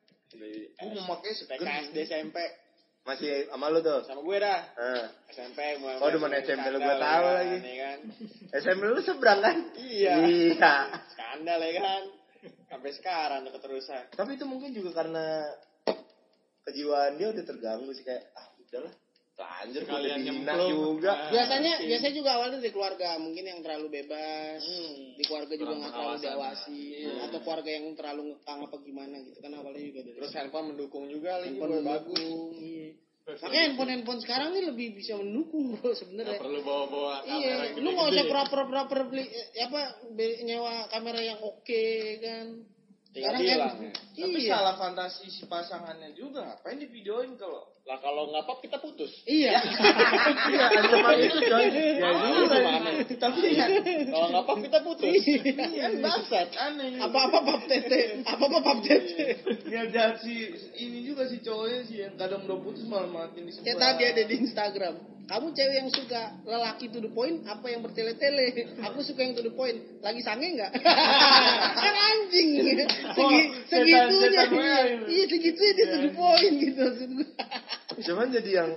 Gue mau pakai T K S D S M P. Masih sama lu tuh. Sama gue dah. Nah, S M P mulai. Oh, demen S M P lu gua tahu lagi. Ya kan? S M P lu seberang kan? Iya. Iya. Skandal ya kan. Sampai sekarang tuh keterusan. Tapi itu mungkin juga karena kejiwaan dia udah terganggu sih kayak ah udahlah. Lanjut udah Kalian dihina nyemplung. juga. Ah. Biasanya, biasanya juga awalnya dari keluarga. Mungkin yang terlalu bebas. Hmm. Di keluarga juga Kurang nggak terlalu pengawasan. diawasi. Hmm. Atau keluarga yang terlalu ngekang apa gimana gitu. Kan awalnya juga dari Terus handphone mendukung juga lagi handphone gue bagus. mendukung, iya. Makanya handphone-handphone sekarang nih lebih bisa mendukung bro Nggak sebenarnya. perlu bawa-bawa kamera Iya, yang lu nggak usah gede-gede. proper-proper beli eh, apa be- nyewa kamera yang oke kan. Tinggal Sekarang bilang. kan, Ya. Tapi iya. salah fantasi si pasangannya juga. Ngapain di videoin kalau Lah kalau nggak pop kita putus. Iya. Iya, ancaman itu coy. Ya Mau juga lagi. aneh. Tapi ya Kalau nggak pop kita putus. Iya. Kan bangsat. aneh. Apa-apa pap tete, apa-apa pap tete. Ya jahat si ini juga si cowoknya sih yang kadang udah putus malah matiin di sebelah. Kayak tadi ada di Instagram. Kamu cewek yang suka lelaki to the point apa yang bertele-tele? Aku suka yang to the point. Lagi sange nggak? Kan anjing. Segi, segitunya. setan merah itu. Iya segitunya dia to the point gitu maksud gue. Cuman jadi yang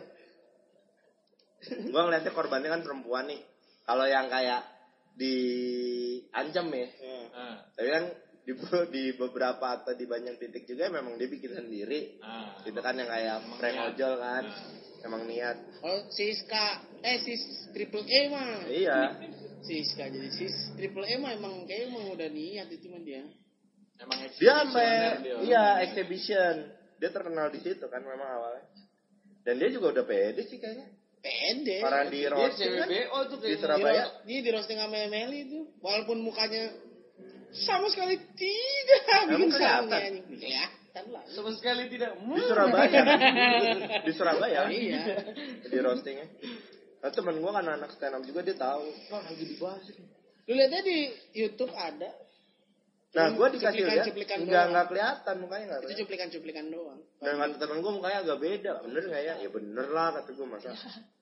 gua ngeliatnya korbannya kan perempuan nih. Kalau yang kayak diancam ya, Nah, tapi kan di di beberapa atau di banyak titik juga memang dia bikin sendiri. Ah, Itu kan yang kayak prank niat. ojol kan. Ah. Emang niat. Oh, Siska, eh sis triple E mah. Iya. Siska jadi sis triple E mah emang kayak emang udah niat itu mah dia. Emang Dia sampai dia. iya exhibition. Dia terkenal di situ kan memang awalnya. Dan dia juga udah pede sih kayaknya. Pede. Orang di Dia roasting kan. C W B O tuh Di kayak Surabaya. Dia di roasting sama Emily itu, walaupun mukanya sama sekali tidak bikin Emang kelihatan? sange anjing. Kelihatan lah. sama sekali tidak. Di Surabaya kan? Di Surabaya. Iya. Di roastingnya. Nah, temen gue kan anak stand up juga dia tahu. Wah lagi dibahas ini. Lu lihatnya di YouTube ada. Nah gue dikasih lihat Cuplikan-cuplikan nggak doang. nggak kelihatan mukanya nggak Itu kelihatan. cuplikan-cuplikan doang. Dan kata temen gue mukanya agak beda. Bener nggak ya? Ya bener lah kata gue masa.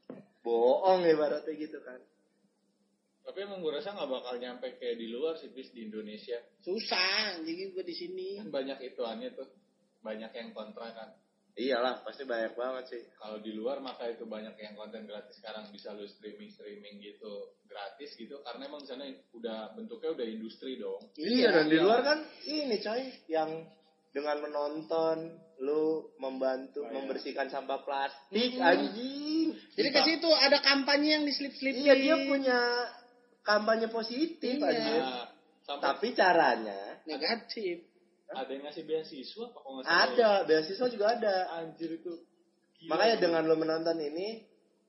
Bohong ibaratnya gitu kan. Tapi emang gue rasa nggak bakal nyampe kayak di luar sih, bis di Indonesia. Susah, jadi gue di sini. Kan banyak ituannya tuh, banyak yang kontra kan. Iyalah pasti banyak banget sih. Kalau di luar maka itu banyak yang konten gratis sekarang bisa lu streaming streaming gitu gratis gitu, karena emang di sana udah bentuknya udah industri dong. Iya, dan di luar kan ini coy yang dengan menonton lu membantu Bayar. membersihkan sampah plastik Hmm. anjing. Jadi ke situ ada kampanye yang diselip-selipin. Iya dia punya kampanye positif Iya. anjir. Nah, sampai Tapi caranya Negatif. ada yang ngasih beasiswa apa kok nggak salah ya? ada, beasiswa juga ada. Anjir itu. Gila. Makanya dengan lu menonton ini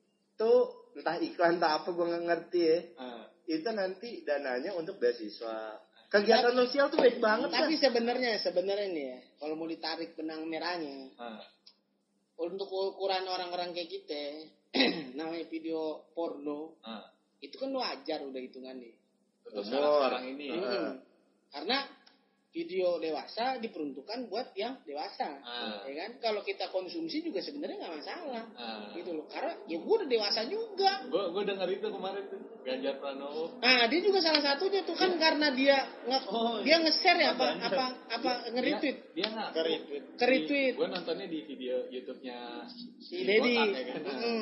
tuh entah iklan entah apa gue nggak ngerti ya. Ah, Itu nanti dananya untuk beasiswa. Kegiatan sosial tuh baik banget Tapi kan. sebenarnya sebenarnya nih ya, kalau mau ditarik benang merahnya, ah. untuk ukuran orang-orang kayak kita, namanya video porno, Ah. itu kan wajar udah hitungannya. Untuk Umur. sekarang, sekarang ini. Ah. Hmm. Karena video dewasa diperuntukkan buat yang dewasa, Ah. ya kan? Kalau kita konsumsi juga sebenarnya nggak masalah, Ah. gitu loh. Karena ya gue udah dewasa juga. Gue gue dengar itu kemarin tuh Ganjar Pranowo. Nah dia juga salah satunya tuh kan karena dia nge Oh, dia iya. nge-share ya apa Ganjar. apa apa nge-retweet. Dia, dia nggak Ke-retweet. Ke-retweet. Gue nontonnya di video YouTube-nya Si Dedi. Botak, ya kan? Mm-mm.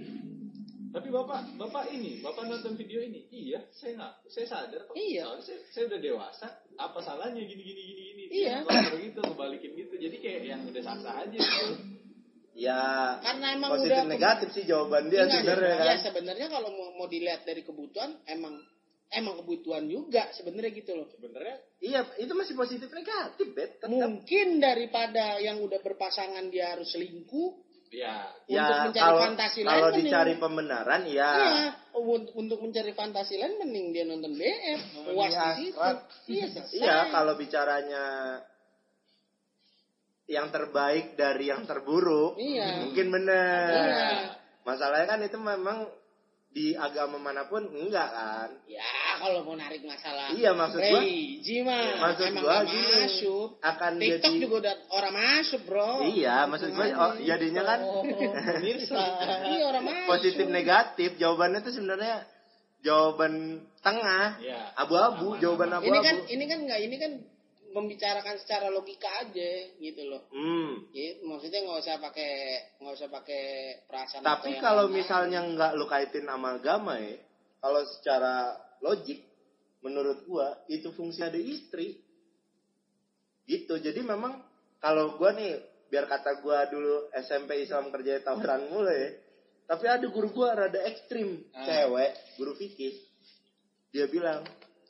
Tapi bapak, bapak ini, bapak nonton video ini, iya, saya nggak, saya sadar kok. Iya. Soalnya saya, saya udah dewasa, apa salahnya gini gini gini gini. Iya. Kalau gitu, ngebalikin gitu, jadi kayak yang udah sah-sah aja gitu. Ya Karena emang positif udah negatif sih jawaban dia Enggak, sebenarnya ya kan. sebenarnya kalau mau, mau dilihat dari kebutuhan emang emang kebutuhan juga sebenarnya gitu loh. Sebenarnya Iya, itu masih positif negatif, bet. Tetap. Mungkin daripada yang udah berpasangan dia harus selingkuh Ya, untuk Ya mencari kalau fantasi lain kalau mending- dicari pembenaran ya. Iya, untuk, untuk mencari fantasi lain mending dia nonton B F, puas di situ. akhirat. Iya, selesai. Iya, kalau bicaranya yang terbaik dari yang terburuk, Iya. mungkin benar. Iya. Masalahnya kan itu memang di agama manapun enggak kan? Ya, kalau mau narik masalah. Iya, maksud gua- Religi mah Maksud emang gua gak gini, masuk. akan TikTok jadi juga udah orang masuk, bro. Iya, maksud gua oh, jadinya kan Oh, pemirsa. Iya, orang masuk. positif negatif. Jawabannya tuh sebenarnya jawaban tengah, Iya. abu-abu, Aman, jawaban aman. abu-abu. Ini kan ini kan enggak ini kan membicarakan secara logika aja gitu loh. Hmm. Gitu, maksudnya nggak usah pakai nggak usah pakai perasaan. Tapi atau yang kalau lain-lain. misalnya nggak lu kaitin sama agama ya, kalau secara logik, menurut gua itu fungsi ada istri. Gitu. Jadi memang kalau gua nih, biar kata gua dulu S M P Islam kerja tawuran mulu ya. Tapi ada guru gua rada ekstrim, Ah. cewek, guru fikih. Dia bilang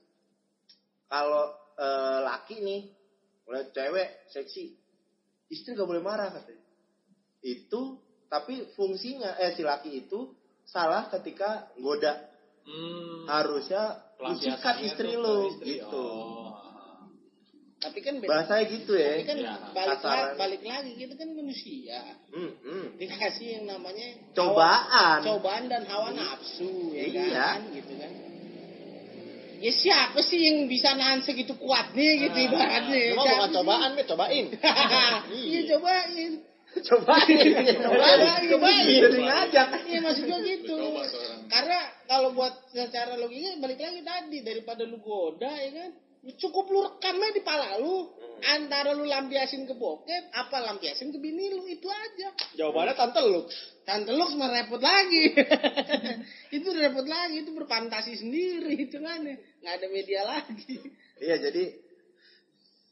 kalau eh, laki nih, mulai cewek seksi, istri gak boleh marah katanya. Itu tapi fungsinya eh si laki itu salah ketika goda. Hmm, Harusnya lu sikat pelampiasannya istri tuh lu ke istri. gitu. Oh. Tapi kan beda. Bahasanya gitu ya. Tapi kan Ya, balik, kasaran. lagi, balik lagi kita kan manusia. Hmm, hmm. Dikasih yang namanya Cobaan. hawa- cobaan dan hawa nafsu ya Iya. kan gitu kan. Ya siapa sih yang bisa nahan segitu kuatnya gitu Ah. ibaratnya. Cuma Siapa bukan sih? cobaan, Bet, cobain. Iya cobain. Cobain. Cobain. Cobain. Jadi ngajak. Iya maksud gua gitu. Lu coba tuh orang. Karena kalau buat secara logika balik lagi tadi daripada lu goda ya kan. Cukup lu rekamnya di pala lu. Antara lu lampiasin ke bokep apa lampiasin ke bini lu itu aja. Jawabannya tante lu. Tante Lux mah repot lagi. Itu repot lagi, itu berfantasi sendiri itu kan. Nggak ada media lagi. Iya, jadi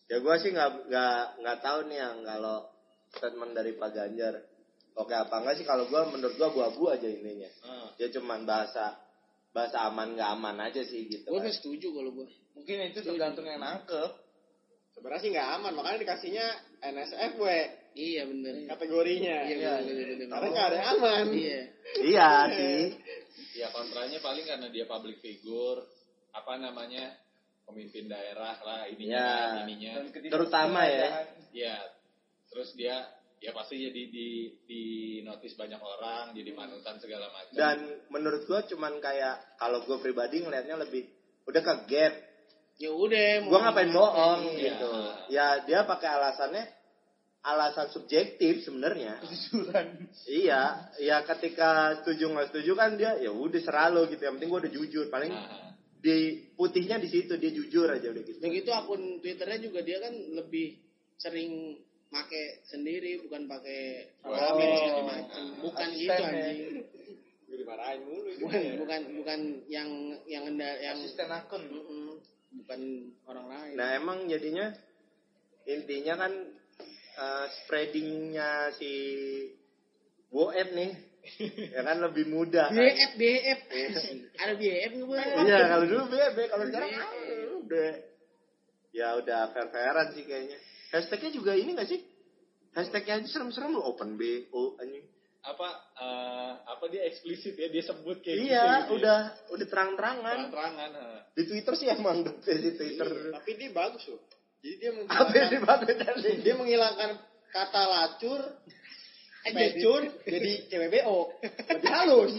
Ya gue sih nggak nggak nggak tahu nih yang kalau statement dari Pak Ganjar oke apa enggak sih, kalau gue menurut gue abu-abu aja intinya. Ah. Dia cuman bahasa bahasa aman nggak aman aja sih gitu. Gue kan. nggak setuju kalau gue. Mungkin itu tergantung yang nangkep. Sebenarnya sih nggak aman, makanya dikasihnya N S F W Iya bener. kategorinya. Iya bener bener bener. Karena nggak ada yang aman. Iya. Iya sih. Ya kontranya paling karena dia public figure, apa namanya, pemimpin daerah lah ininya, Ya. kan, ininya. Terutama ya. Ya, terus dia ya pasti jadi di di notice banyak orang, jadi panutan segala macam. Dan menurut gue cuman kayak kalau gue pribadi ngelihatnya lebih udah ke gap. Ya udah. Gue ngapain bohong Iya. gitu. Ya dia pakai alasannya alasan subjektif sebenarnya. Kejujuran. Iya, ya ketika setuju nggak setuju kan dia ya udah serah lo gitu. Yang penting gue udah jujur. Paling Nah, di putihnya di situ dia jujur aja udah gitu. Yang itu akun Twitternya juga dia kan lebih sering make sendiri, bukan pakai rame Oh. segala macam. Bukan gitu Asisten, ya. anjing. Gue dimarahin mulu. itu. Bukan bukan bukan yang yang enda- yang Asisten akun. Mm-mm. bukan orang lain. Nah emang jadinya intinya kan uh, spreadingnya si Boet nih ya kan lebih mudah. B Kan? F B F ada B F nggak boleh? Iya kalau dulu B B kalau sekarang ah, udah ya udah fair-fairan sih kayaknya. Hashtagnya juga ini nggak sih? Hashtagnya aja serem-serem lo open B O anjing. apa eh, apa dia eksplisit ya, dia sebut kayak gitu. Iya gitu ya. udah udah terang-terangan. Terang-terangan. ha. Di Twitter sih emang the best di Twitter. Tapi dia bagus loh. Jadi dia Apa sih menghilangkan, bagus tadi? dia menghilangkan kata lacur, pecun, jadi C W B O. Lebih halus.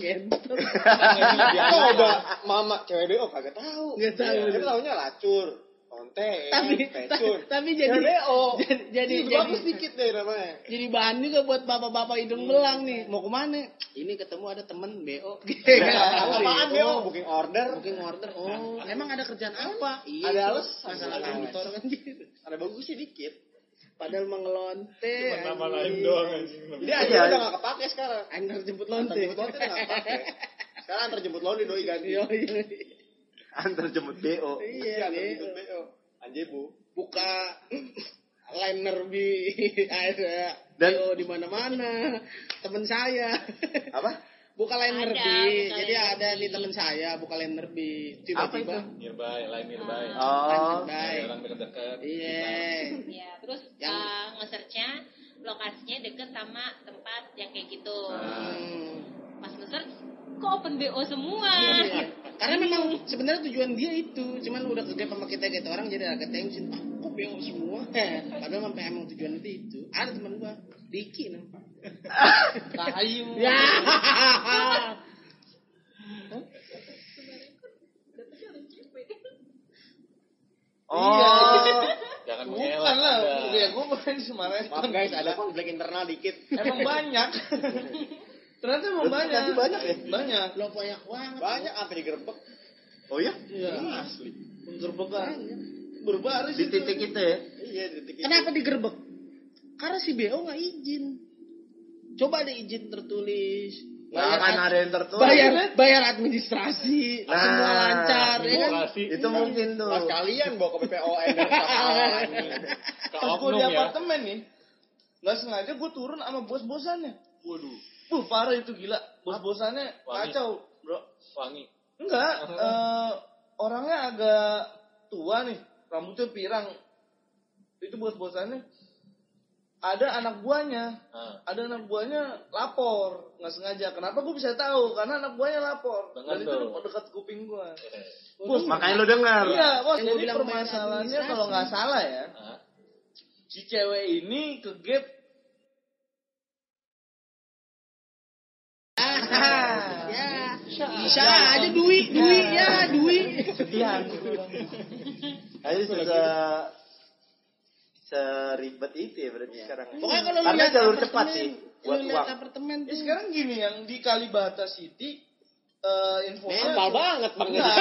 Coba mama C W B O kagak tahu. Nggak tahu. Dia tahunya lacur, onte, tapi pecun. tapi jadi C W B O. jadi jadi, Jadi bagus dikit deh namanya. jadi bahan juga buat bapak-bapak hidung belang nih. Mau kemana? Ini ketemu ada temen B O. Apaan B O? Booking order. Booking order. Oh, emang ada kerjaan apa? Iya. Ada itu alasan. masalah kantor kan gitu. Ada bagusnya dikit. Padahal mengelonte. Cuma nama anjing. lain doang anjing. Jadi aja Iya. udah gak kepake sekarang. Antar jemput Antar lonte. jemput lonte udah gak kepake. Sekarang antar jemput lonte doi ganti. Iya, iya. Antar jemput B O. Iya, Antar B O. jemput B O. Anjebu. Buka liner di ada Dan- B O di mana-mana. Temen saya. Apa? Buka liner Ada, bi. buka Jadi liner ada bi. nih temen saya buka liner bi. Apa Tiba-tiba. Nearby, lain nearby. Oh. Baik. Ada orang deket-deket. Iya. Ya, terus Yang- uh, nge-searchnya lokasinya deket sama tempat yang kayak gitu. Hmm. Pas nge-search, kok open B O semua? Iya. Karena memang sebenarnya tujuan dia itu, cuman udah kerja sama kita gitu orang jadi agak tension. Ah, kok B O semua? Eh, padahal sampai emang tujuan itu itu. Ada teman gua, Diki nampak. Kayu. Ya. Oh. Jangan Bukan mengelak. lah. Anda. Ya gue bukan Semarang. Maaf guys, ada konflik internal dikit. Emang banyak. Ternyata emang Berarti banyak. tadi banyak ya? Banyak. Lo banyak banget. Banyak sampai digerebek. Oh ya? Iya. Asli. Penggerbekan. Berbaris Di itu. titik itu ya? Iya, di detik itu. Kenapa digerebek? Karena si B O nggak izin. Coba ada izin tertulis. Nggak akan ada yang tertulis. Bayar bayar administrasi, Nah, semua lancar ya kan? Demokrasi. Itu mungkin tuh. Pas kalian bawa ke B P O N dan kapal. Ke Pas gue oknum di ya. apartemen nih, nggak sengaja gue turun sama bos-bosannya. Waduh, Wuh parah itu gila. Bos-bosannya Wangi. kacau, bro. wangi. Enggak, eh, orangnya agak tua nih, rambutnya pirang. Itu bos-bosannya. Ada anak buahnya, Nah, ada anak buahnya lapor, nggak sengaja. Kenapa gue bisa tahu? Karena anak buahnya lapor. Dengar Dan itu tuh. udah dekat kuping gue. eh, Bos, Makanya lu dengar. iya bos. Yang gua Jadi bilang permasalahannya administrasi. kalau nggak salah ya, ah, si cewek ini ke gap. Ya, bisa aja duit, duit ya, duit. Sekian. Ayo se seribet itu ya berarti sekarang. Pokoknya kalau lu Karena lihat jalur apartemen, cepat sih buat lu lihat uang. apartemen Ya tuh. sekarang gini yang di Kalibata City, eh infonya Hafal banget bang. Enggak.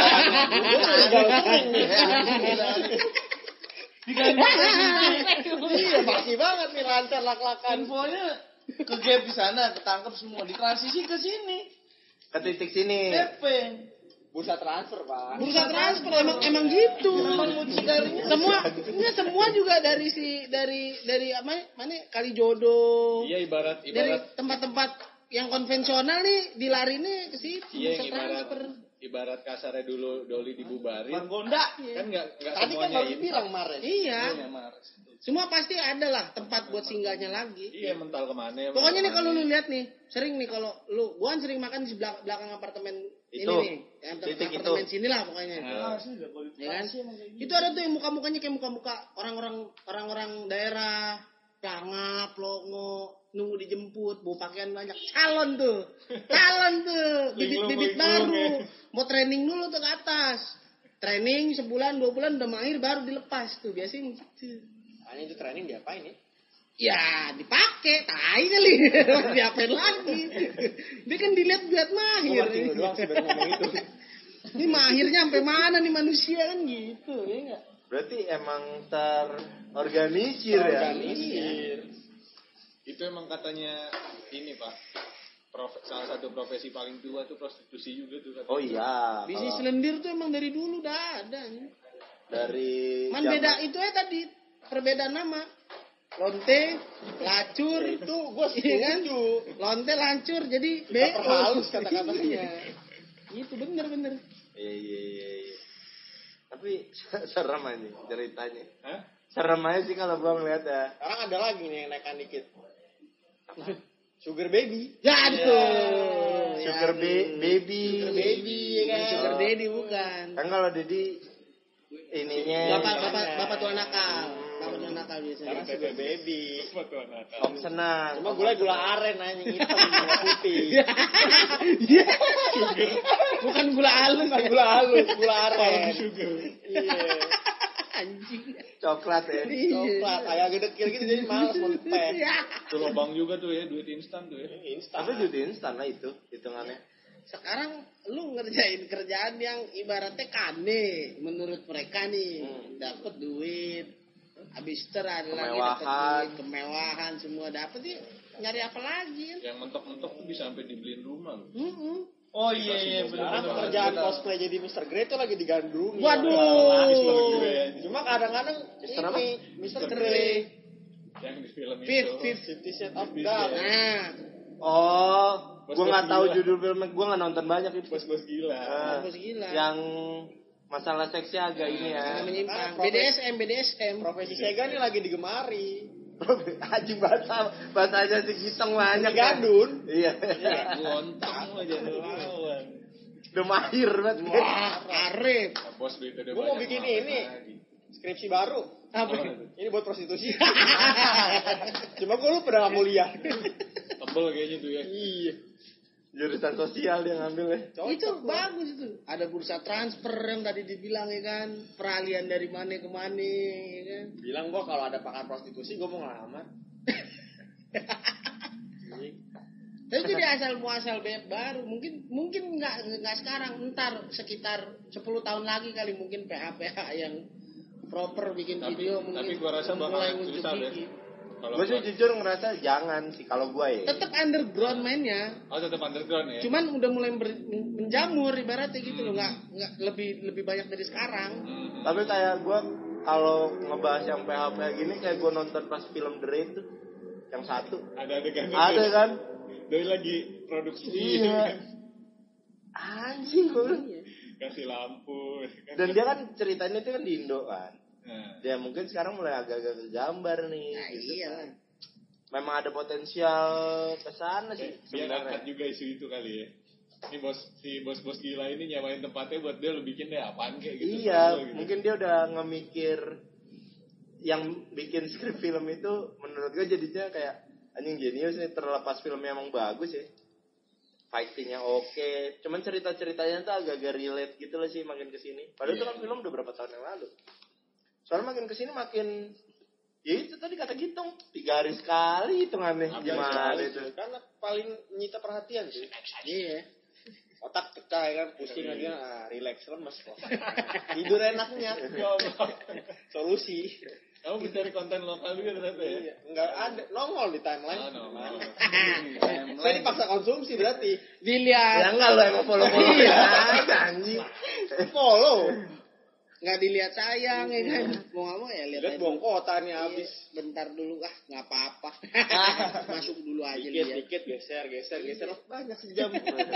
Di Kalibata City, Iya, pasti banget nih lancar lak-lakan. infonya ke gap di sana, ketangkep semua. Di transisi ke sini, Ke titik sini. P P. Bursa transfer, Pak. Bursa transfer emang emang gitu. Semua enggak semua juga dari si dari dari apa mana kali jodoh. Iya ibarat Dari ibarat tempat-tempat yang konvensional nih dilarinya ke situ. iya Bursa yang ibarat transfer. ibarat kasarnya dulu Doli dibubarin. Margonda. Kan enggak enggak Tadi kan semuanya baru instan. bilang Maret. Iya. Iya, Mars. Semua pasti ada lah tempat buat singgahnya lagi. Iya mental kemana? Pokoknya nih mental kalau kemana. lu lihat nih, sering nih kalau lu, gua kan sering makan di belakang, belakang apartemen Itu, ini nih, yang titik apartemen itu. sini lah pokoknya. Nah, Ya kan? Itu ada tuh yang muka-mukanya kayak muka-muka orang-orang orang-orang daerah, pelangap, longo, nunggu dijemput, bawa pakaian banyak, calon tuh, calon tuh, bibit-bibit baru, mau training dulu tuh ke atas, training sebulan dua bulan udah mahir baru dilepas tuh biasanya gitu. Hanya itu training diapain ya? Ya dipakai, tai kali, diapain lagi? Dia kan dilihat buat mahir. Gua mancing lu doang sebenarnya ngomong itu. Ini mahirnya sampai mana nih manusia kan gitu, ya enggak? Berarti emang terorganisir ya. Organisir. itu emang katanya ini Pak. Prof- salah satu profesi paling tua tuh prostitusi juga tuh katanya. Oh iya. Bisnis kalau lendir tuh emang dari dulu udah ada. Nih. dari Man zaman- beda itu ya tadi perbedaan nama. Lonte, lacur Itu gua iya kan? setuju. Lonte, lancur jadi B O. Perhalus kata-katanya. Iya. Itu bener-bener. Iya iya iya. iya. Tapi serem aja ceritanya. Hah? Serem aja sih kalau gua ngeliat ya. Sekarang ada lagi nih yang naikkan dikit. Sugar baby. Ya aduh. Sugar Ya, ba- baby. Sugar baby ya kan. Bukan sugar daddy bukan. Kan kalau Dedi ininya Bapak bapak bapak tua nakal. Bapak tua nakal biasanya. Sekarang sugar baby. Betul nakal. Om senang. Cuma gula gula aren anjing hitam sama putih. Iya. Bukan gula halus. Bukan gula halus, gula aren. Sugar. Iya. Anjing. Coklat ya. Coklat agak gedekil gitu jadi males mau teh. Iya. Itu lobang juga tuh ya duit instan tuh ya. Instan. Tapi duit instan lah itu hitungannya. Sekarang lu ngerjain kerjaan yang ibaratnya kane menurut mereka nih Hmm. dapat duit habis itu ada lagi Kemewahan. dapat duit kemewahan semua dapat nih nyari apa lagi kan? Yang mentok-mentok tuh bisa sampai dibeliin rumah loh. Mm-mm. Oh iya iya Sekarang benar. kerjaan cosplay jadi mister Grey itu lagi digandrungi. Waduh. mister Grey. Cuma kadang-kadang Mister apa? ini mister Mister Grey. Grey. Yang di film Fifth, itu. fifth. Fifty Shades of Fifty Dark. Shades. Nah, Oh, Bos-bos gua nggak tahu gila. judul filmnya. Gua nggak nonton banyak itu. Bos-bos gila. Ah, bos gila. yang masalah seksnya agak ini ya. Agak menyimpang. Nah, B D S M, B D S M. Profesi Sega nih lagi digemari. Anjing bahasa bahasanya si Gitong banyak. ya. Gandun. Iya. Gontang aja lawan. Udah mahir banget. Wah, Arif. Bos duit udah Gua mau banyak, bikin ngapain ini. lagi? Skripsi baru. Apa? Ini buat prostitusi. Cuma gue lu pernah gak mau lihat. Tebel kayaknya tuh ya. Iya. Jurusan sosial dia ngambil ya. Itu bagus itu. Ada bursa transfer yang tadi dibilang ya kan, peralihan dari mana ke mana ya kan. Bilang gua kalau ada pakar prostitusi gua mau ngelamar. Tapi jadi asal muasal beb baru. Mungkin mungkin nggak nggak sekarang, ntar sekitar sepuluh tahun lagi kali mungkin P H P H yang proper bikin Tapi video mungkin tapi gua rasa bakal mulai muncul susah deh. dikit. Kalau Gue sih gua- jujur ngerasa jangan sih kalau gue ya. Tetap underground mainnya. Oh tetap underground ya. Cuman udah mulai ber- menjamur ibaratnya gitu loh, nggak nggak lebih lebih banyak dari sekarang. Hmm. Tapi kayak gue kalau ngebahas yang P H P gini kayak gue nonton pas film The Raid tuh yang satu. Ada adegan Ada kan? Doi lagi produksi. Iya. Anjing gue bilang. Kasih lampu. Dan dia kan ceritanya itu kan di Indo kan. Nah, Dia mungkin sekarang mulai agak-agak kegambar nih. Nah, gitu iya. kan. Memang ada potensial ke sana sih biar angkat sebenarnya. juga isu itu kali ya. Ini bos si bos-bos gila ini nyamain tempatnya buat dia lu bikin deh apaan kayak gitu. Iya, gitu. mungkin dia udah ngemikir yang bikin skrip film itu menurut gue jadinya kayak anjing jenius nih, terlepas filmnya emang bagus ya. Fightingnya oke, cuman cerita-ceritanya tuh agak-agak relate gitu loh sih makin kesini. Padahal itu Iya. kan film udah berapa tahun yang lalu. Soalnya makin kesini makin ya itu tadi kata Gitung tiga hari sekali hitungannya Apa gimana Sekali itu. tuh. Karena paling nyita perhatian sih. Iya. otak pecah ya kan, pusing aja, ah, relax lemes kok. Tidur enaknya. Solusi. Kamu mencari konten lokal juga ternyata ya? Iya, enggak ada nongol di timeline. Oh, nongol. Saya dipaksa konsumsi berarti. Dilihat. Ya enggak lo yang follow-follow Iya. ya, anjing. Follow. Nggak dilihat sayang ya kan. Mau nggak mau ya lihat Lihat aja. buang kota nih Iya, habis. bentar dulu ah nggak apa-apa. Masuk dulu aja Dikit lihat. dikit geser geser geser oh, banyak sejam.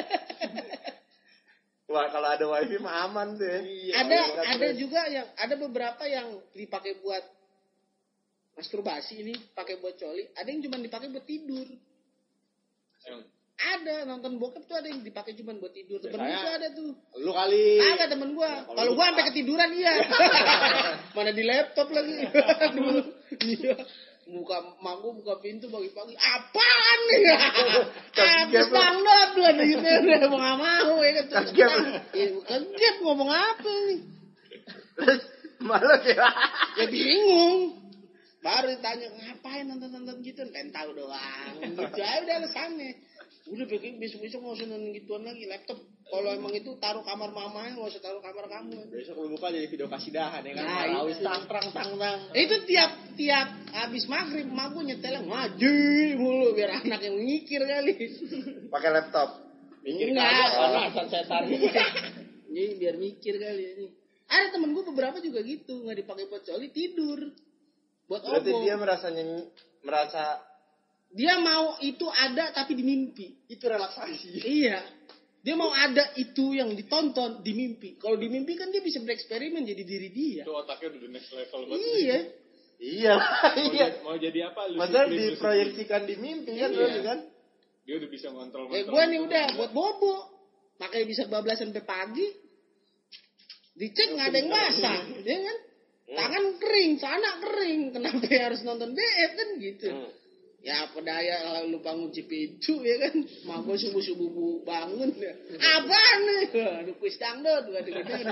Wah, kalau ada wifi mah aman tuh ya. Iya. Ada Kalau ada terus. juga yang ada beberapa yang dipakai buat masturbasi ini, pakai buat coli. Ada yang cuma dipakai buat tidur. Yang Ada nonton bokep tuh ada yang dipakai cuma buat tidur. Temen Biasanya- gua ada tuh. Lu kali. Ada temen gua. Ya, kalau Kalau lu gua sampai tak. ketiduran iya. Mana di laptop lagi. Dulu. Iya. Buka manggu buka pintu pagi-pagi. Apaan nih? Habis download lu ada gitu. Mau enggak mau ya kan. Terus Kegep. Iya, kegep ngomong apa nih? Terus malah kayak Ya bingung. Baru ditanya ngapain nonton-nonton gitu, pengen tahu doang. Gitu aja udah alasannya. Udah bikin besok-besok nggak usah nonton gituan lagi laptop. Kalau emang itu taruh kamar mamanya, nggak usah taruh kamar kamu. Besok lu buka jadi video kasidahan ya kan. Nah, Tarawih itu. tang tang tang tang. Itu tiap tiap habis maghrib mak gue nyetelnya ngaji mulu biar anak yang mikir kali. pakai laptop. Mikir Enggak. kagak karena setan-setan. Jadi biar mikir kali ini. Ada temen gue beberapa juga gitu, nggak dipakai buat coli tidur. Buat Berarti obong. dia merasa nyanyi, merasa Dia mau itu ada tapi di mimpi. Itu relaksasi. Iya. Dia mau ada itu yang ditonton di mimpi. Kalau di mimpi kan dia bisa bereksperimen jadi diri dia. itu otaknya udah the next level banget. Iya. iya. Mau, iya. jadi, mau jadi apa? Lucid Padahal dream, lucid diproyeksikan di mimpi kan Iya. berarti kan? dream. Dia udah bisa ngontrol. Kayak gue nih udah buat bobo. Makanya bisa bablas sampai pagi. Dicek nggak ada yang basah, ya kan? Tangan kering, celana kering. Kenapa harus nonton B F kan gitu? Hmm. Ya apa daya lu bangun Cipitu ya kan? Mak gue subuh-subuh bu- bangun ya. Apaan nih? Aduh kuis dangdut gak gede-gede.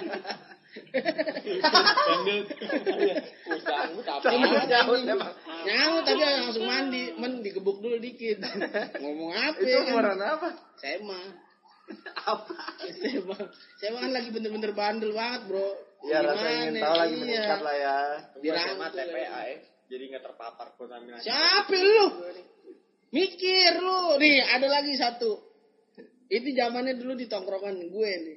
Dangdut. Kuis dangdut apa? Sama jauh emang. Nyaut tapi langsung mandi, men digebuk dulu dikit. Ngomong apa Itu ya kan? umuran apa? Sema. Apa? Sema. Sema kan lagi bener-bener bandel banget, Bro. Ya rasa Gimana? ingin tahu lagi Iya. meningkat lah ya. Biar sama Dirangkul T P A lagi. ya. Jadi nggak terpapar kontaminasi. Siapa lu? Mikir lu. Nih, ada lagi satu. Itu zamannya dulu di tongkrongan gue nih.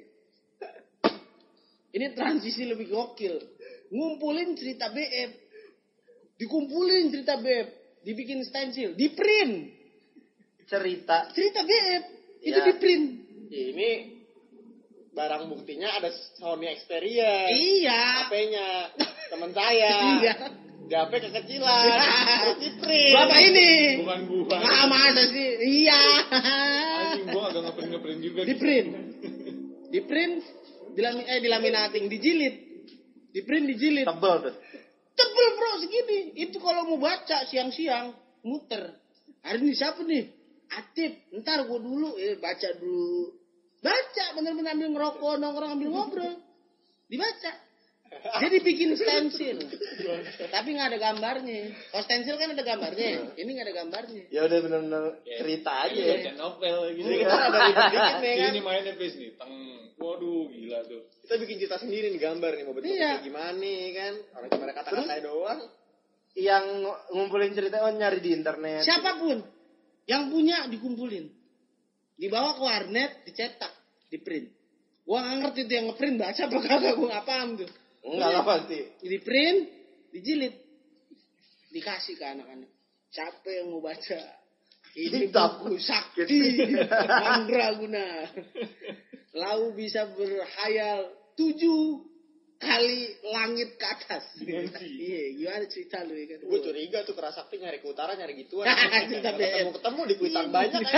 Ini transisi lebih gokil. Ngumpulin cerita B F. Dikumpulin cerita B F. Dibikin stensil. Di print. Cerita. Cerita B F. Itu Ya. di print. Ini barang buktinya ada Sony Xperia. Iya. H P-nya teman saya. Iya. H P kekecilan. Terus di print. Bapak ini. Bukan gua. Ah, masa sih? Iya. Anjing gua agak ngeprint ngeprint juga. Di print. Di print. Dilami, eh dilaminating, dijilid. Di print dijilid. Tebel tuh. Tebel bro segini. Itu kalau mau baca siang-siang muter. Hari ini siapa nih? Atip. Ntar gua dulu eh baca dulu. Baca bener-bener ambil ngerokok, nongkrong ambil ngobrol. Dibaca. Jadi bikin stensil. Tapi nggak ada gambarnya. Kalau stensil kan ada gambarnya. Ini nggak ada gambarnya. Ya udah benar-benar Ya, cerita aja kayak ya. baca novel gitu. Jadi kita ada ribet dikit nih kan. Ini mainnya bis nih. Teng. Waduh, gila tuh. Kita bikin cerita sendiri nih gambar nih mau bentuknya Iya. kayak gimana nih kan. Orang cuma ada kata-kata doang. Yang ng- ngumpulin cerita oh nyari di internet. Siapapun yang punya dikumpulin. Dibawa ke warnet, dicetak, di print. Gua nggak ngerti tuh yang ngeprint baca apa kagak, gua nggak paham tuh. Enggak lah pasti. Di print, dijilid, dikasih ke anak-anak. Siapa yang mau baca? Ini Kitab. buku sakti, mandraguna. Lau bisa berhayal tujuh kali langit ke atas. Iya, gimana cerita lu ya kan? Gue curiga tuh kerasakti nyari ke utara nyari gituan. Cerita B M. Ketemu-ketemu di kuitan banyak kan.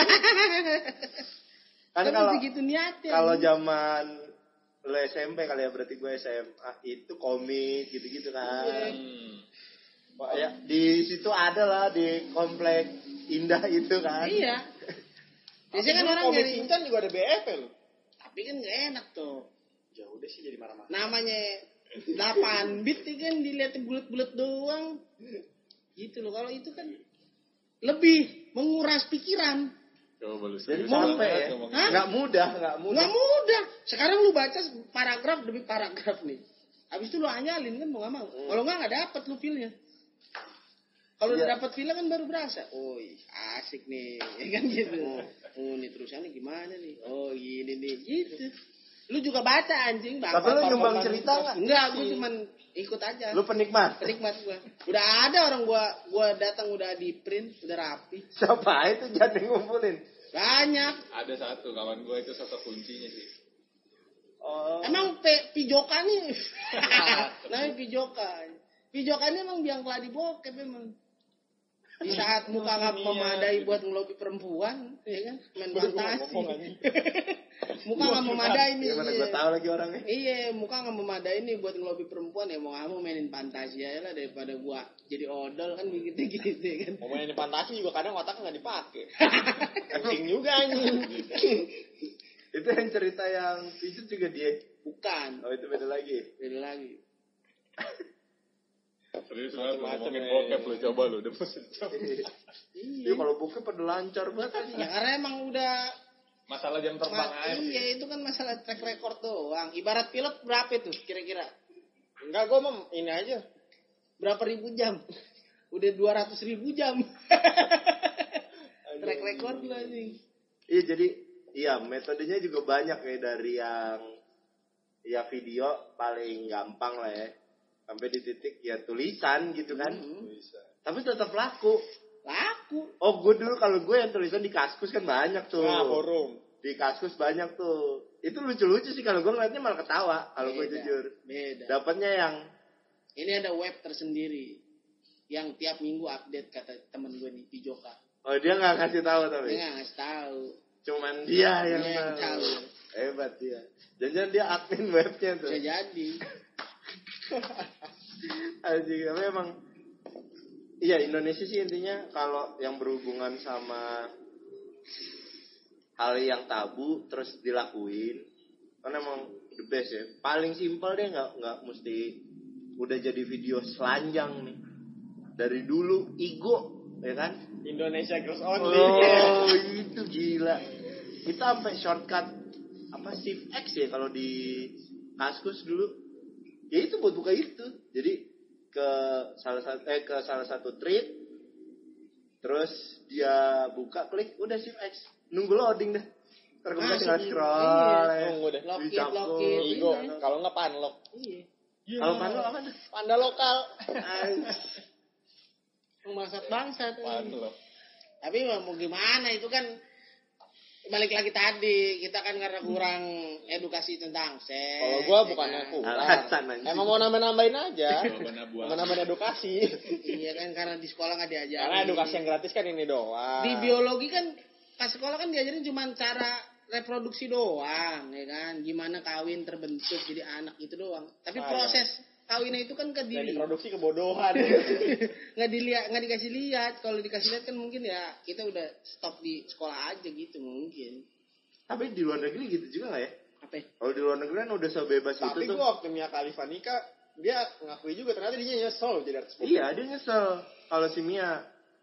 Kan Tapi kalau begitu niatnya. kalau zaman lu S M P kali ya berarti gue S M A itu komik gitu-gitu kan. Hmm. Wah, ya, di situ ada lah di komplek indah itu kan. Iya. Biasanya kan Dulu orang komik nyari, Shinchan juga ada B F ya lu. tapi kan gak enak tuh. Ya udah sih jadi marah-marah. Namanya delapan bit itu kan dilihat bulat-bulat doang. Gitu loh. Kalau itu kan lebih menguras pikiran. Coba lu Jadi serius capek banget ya. ngomongin. Hah? Nggak mudah, nggak mudah. Nggak mudah. Sekarang lu baca paragraf demi paragraf nih. Habis itu lu anyalin kan mau nggak mau. Kalau nggak nggak dapet lu feel-nya. Kalau Iya. udah dapet feel kan baru berasa. Oh asik nih, ya kan gitu. Oh nih terusannya gimana nih? Oh gini nih, gitu. Lu juga baca anjing. Tapi lu nyumbang cerita nggak? Enggak, gue cuman ikut aja. Lu penikmat. Penikmat gua. Udah ada orang gua gua datang udah di print, udah rapi. Siapa itu jadi ngumpulin? Banyak. Ada satu kawan gue itu sosok kuncinya sih. Oh. Emang pe, pijoka nih. Namanya pijoka. Pijoka ini emang biang keladi bokep emang. Di saat muka nggak memadai buat ngelobi perempuan, ya kan? Main fantasi. Muka nggak memadai nih. Gimana iya. gue tahu lagi orangnya. Iya, muka nggak memadai nih buat ngelobi perempuan ya mau nggak mau mainin fantasi aja lah daripada gua jadi odol kan begitu gitu kan. Mau main fantasi juga kadang otaknya nggak dipakai. Penting juga anjing. Itu yang cerita yang pijat juga dia. Bukan, Oh itu beda lagi. beda lagi. Serius banget lu Macem-macem ngomongin ya. bokep lu coba lu udah bosan. Iya kalau bokep pada lancar banget. Ya karena emang udah Masalah jam terbang Ma- aja. iya itu kan masalah track record doang. Ibarat pilot berapa itu kira-kira? Enggak, gue mah ini aja. Berapa ribu jam? Udah dua ratus ribu jam. Track record lu anjing. Iya jadi iya metodenya juga banyak ya dari yang ya video paling gampang lah ya sampai di titik ya tulisan gitu kan. Hmm. Tapi tetap laku. Laku. Oh gue dulu kalau gue yang tulisan di Kaskus kan banyak tuh. Nah, forum. Di Kaskus banyak tuh. Itu lucu-lucu sih kalau gue ngeliatnya malah ketawa kalau gue Beda, jujur. Beda. Dapatnya yang Ini ada web tersendiri yang tiap minggu update kata temen gue nih Pijoka. oh dia nggak kasih tahu tapi. Dia nggak ngasih tahu. Cuman dia yang Dia yang tahu. tahu. Hebat dia. Jangan dia admin webnya tuh. Bisa jadi. Anjing, tapi emang iya Indonesia sih intinya kalau yang berhubungan sama hal yang tabu terus dilakuin kan emang the best ya. Paling simpel deh nggak nggak mesti udah jadi video selanjang nih. Dari dulu ego ya kan? Indonesia Girls Only. Oh itu gila. Kita sampai shortcut apa shift X ya kalau di Kaskus dulu. Ya itu buat buka itu. Jadi ke salah satu eh ke salah satu tweet terus dia buka klik udah shift X nunggu loading dah. Ntar kemudian tinggal Langsung, scroll. iya. ya. Tunggu deh. Lock it, Dicakul. lock it. Igo, Iya. kalau nggak panlok. Iya. Kalau panel apa tuh? Panda lokal. Bangsat-bangsat. Apaan lo? Tapi mau gimana itu kan balik lagi tadi kita kan karena kurang edukasi tentang seks. Kalau gua ya bukannya kan? kurang. Alasan anjing. Emang mau nambah-nambahin aja. Jawaban abu-abu. Nambah-nambahin edukasi. Iya kan karena di sekolah nggak diajarin. Karena edukasi yang gratis kan ini doang. Di biologi kan pas sekolah kan diajarin cuma cara reproduksi doang, ya kan? Gimana kawin terbentuk jadi anak itu doang. Tapi Ah, proses kawinnya itu kan ke Dan diri. diproduksi kebodohan. nggak dilihat, nggak dikasih lihat. Kalau dikasih lihat kan mungkin ya kita udah stop di sekolah aja gitu mungkin. Tapi di luar negeri gitu juga nggak ya? Apa? ya? Kalau di luar negeri kan udah sebebas Tapi itu tuh. gua waktu Mia Khalifa nikah, dia ngakui juga ternyata dia nyesel jadi artis pop. Iya, dia nyesel kalau si Mia.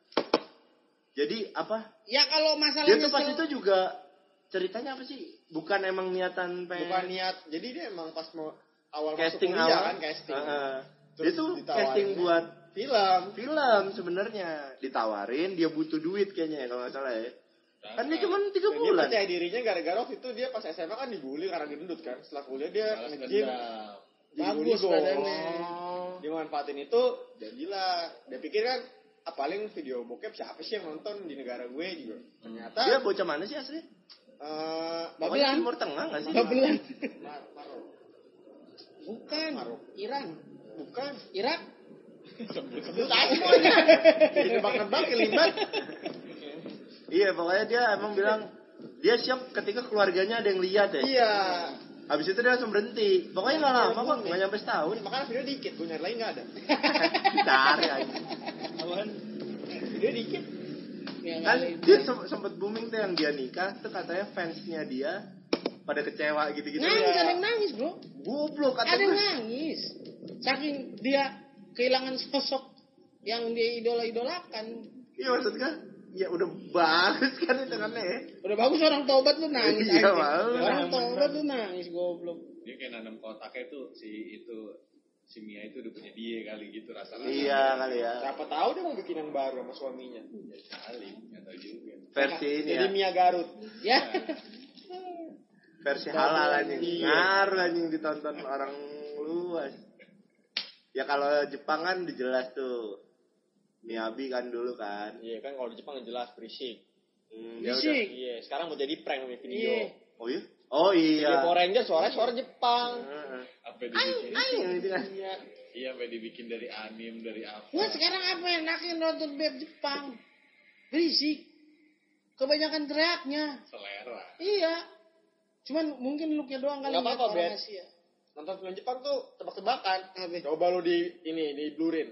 Jadi apa? Ya kalau masalah Dia tuh pas nyesel- itu juga ceritanya apa sih? Bukan emang niatan pengen Bukan niat. Jadi dia emang pas mau awal casting masuk kuliah awal. kan casting. Heeh. Terus Dia tuh ditawarin casting buat film. film sebenarnya. Ditawarin, dia butuh duit kayaknya ya kalau nggak salah ya. Kan dia cuma tiga Dan dia bulan. percaya dirinya gara-gara waktu itu dia pas S M A kan dibully karena gendut kan. Setelah kuliah dia Balas nge-gym. dendam. Bagus Go. badannya. Oh. Dia manfaatin itu dan gila. Dia pikir kan ah, paling video bokep siapa sih yang nonton di negara gue juga. Ternyata Dia bocah mana sih asli? eh Pokoknya Babelan. Timur Tengah nggak sih? Babelan. Mar- Marok. Bukan. Marok. Iran. Bukan. Irak. Sebut aja semuanya. Nebak-nebak kelibat. Iya, pokoknya dia emang bilang dia siap ketika keluarganya ada yang lihat ya. Iya. Habis itu dia langsung berhenti. Pokoknya nggak lama kok, nggak nyampe setahun. Makanya video dikit, gue nyari lagi nggak ada. Cari aja. Apaan? Video dikit. Ya, Kan kali. dia sem- sempet booming tuh yang dia nikah tuh katanya fansnya dia pada kecewa gitu-gitu. Nangis, ada yang nangis bro. Goblok kata Ada yang gue. nangis. Saking dia kehilangan sosok yang dia idola-idolakan. Iya maksud kan? Ya udah bagus kan itu kan ya. Udah bagus orang tobat lu nangis Iya, aja. malu. Orang tobat lu nangis goblok. Dia kayak nanam kotaknya tuh si itu si Mia itu udah punya dia kali gitu rasanya. Iya kali ya. Siapa tahu dia mau bikin yang baru sama suaminya. Ya kali, nggak tahu juga. Versi ini Jadi ya. Mia Garut. Ya. Versi halal anjing. Iya. Ngaruh anjing ditonton orang luas. Ya kalau Jepang kan dijelas tuh. Miyabi kan dulu kan. Iya kan kalau di Jepang jelas berisik. Hmm, dia udah- Fisik. Iya, sekarang mau jadi prank nih video. Iya. Oh iya? Oh Jadi iya. Power Ranger suaranya suara Jepang. Heeh. Apa dibikin? Aing gitu kan. Iya. Iya, sampai dibikin dari anim, dari apa? Gua sekarang apa enaknya nonton beb Jepang? Berisik. Kebanyakan teriaknya. Selera. Iya. Cuman mungkin looknya doang kali Nggak lihat apa-apa, orang Bet. Asia. Nonton film Jepang tuh tebak-tebakan. Apa? Coba lu di ini di blurin.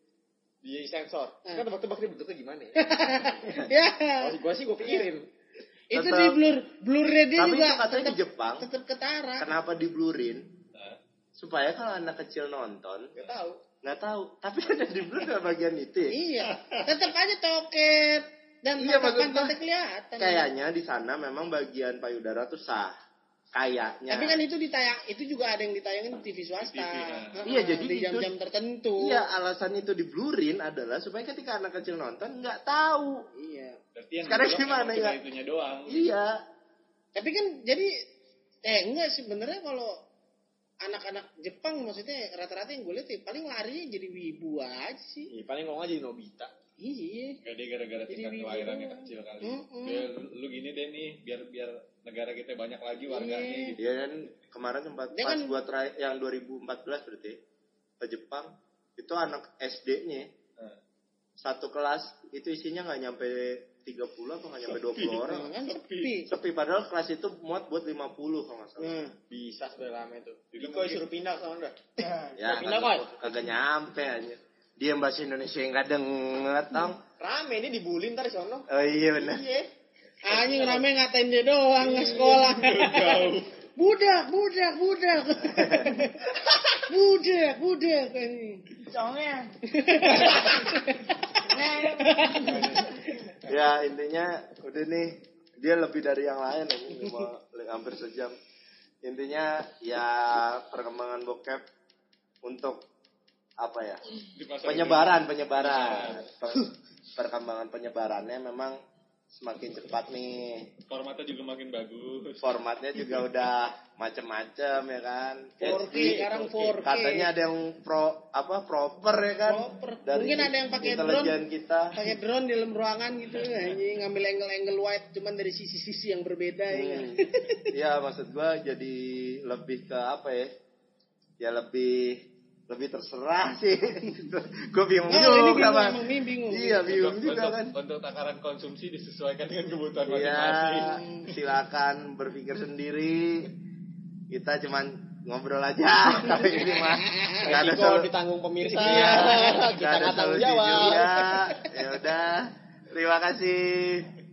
Di sensor. Eh. Kan tebak-tebak dia bentuknya gimana ya? Ya. Kalau gua sih gua pikirin. Itu Tetep- di blur blurnya dia Tapi juga itu katanya tetep, di Jepang. tetep ketara. Kenapa diblurin? Nah, Supaya kalau anak kecil nonton Gak tahu. nggak tahu. Tapi ada di blur nggak bagian itu ya. Iya. Tetep aja toket dan Iya, tatapan maksud gua, tata kelihatan. Kayaknya di sana memang bagian payudara tuh sah. Kayaknya. Tapi kan itu ditayang, itu juga ada yang ditayangin di T V swasta. Di T V, ya. Heeh, Iya, jadi di itu- jam-jam tertentu. Iya, alasan itu diblurin adalah supaya ketika anak kecil nonton nggak tahu. Iya. berarti yang Sekarang dibilang gimana cuma ya? itunya doang. Iya. Tapi kan jadi eh enggak sebenarnya kalau anak-anak Jepang maksudnya rata-rata yang gue lihat ya, paling larinya jadi wibu aja sih. Iya, paling kalau nggak jadi Nobita. Iya. Gak dia gara-gara Jadi tingkat wibu kelahirannya doang. kecil kali. Mm-mm. Dia, lu, lu gini deh nih, biar biar negara kita banyak lagi warganya Iya. gitu. Iya kan kemarin sempat Dia pas kan- gua terakhir yang dua ribu empat belas berarti ke Jepang itu anak S D-nya Nah, satu kelas itu isinya nggak nyampe tiga puluh apa nggak nyampe dua puluh orang. Kan sepi. Sepi padahal kelas itu muat buat lima puluh kalau nggak salah. Nah, Bisa sebenarnya rame tuh. Itu Diko mungkin- suruh pindah sama anda. Ya pindah, kagak, Koy. kagak nyampe aja. Dia yang bahasa Indonesia yang nggak denger tong. Rame ini dibully ntar di sono. Oh iya benar. Iya. anjing rame ngatain dia doang nggak sekolah. budak, budak, budak. budak, budak anjing. Soalnya. Ya intinya udah nih dia lebih dari yang lain ini lima hampir sejam. Intinya ya perkembangan bokep untuk apa ya? dipasarin Penyebaran, penyebaran. Per- Perkembangan penyebarannya memang semakin cepat nih. formatnya juga makin bagus. Formatnya juga udah macem-macem ya kan. four K sekarang four K. Katanya ada yang pro apa proper ya kan. Proper. Dari Mungkin ada yang pakai intelijen kita. pakai drone di dalam ruangan gitu anjing ngambil angle-angle wide cuman dari sisi-sisi yang berbeda ya kan. Hmm. Ya maksud gua jadi lebih ke apa ya? Ya lebih lebih terserah sih. Gua bingung Oh, juga ini bingung, sama. emang ini bingung. Iya bingung Untuk, juga untuk, kan. untuk takaran konsumsi disesuaikan dengan kebutuhan Iya, masing-masing. silakan berpikir sendiri. Kita cuman ngobrol aja. Ini mah nggak ada Resiko solu- ditanggung pemirsa. Iya, Kita nggak ada nggak tanggung solusi jawab. juga. Ya udah, terima kasih.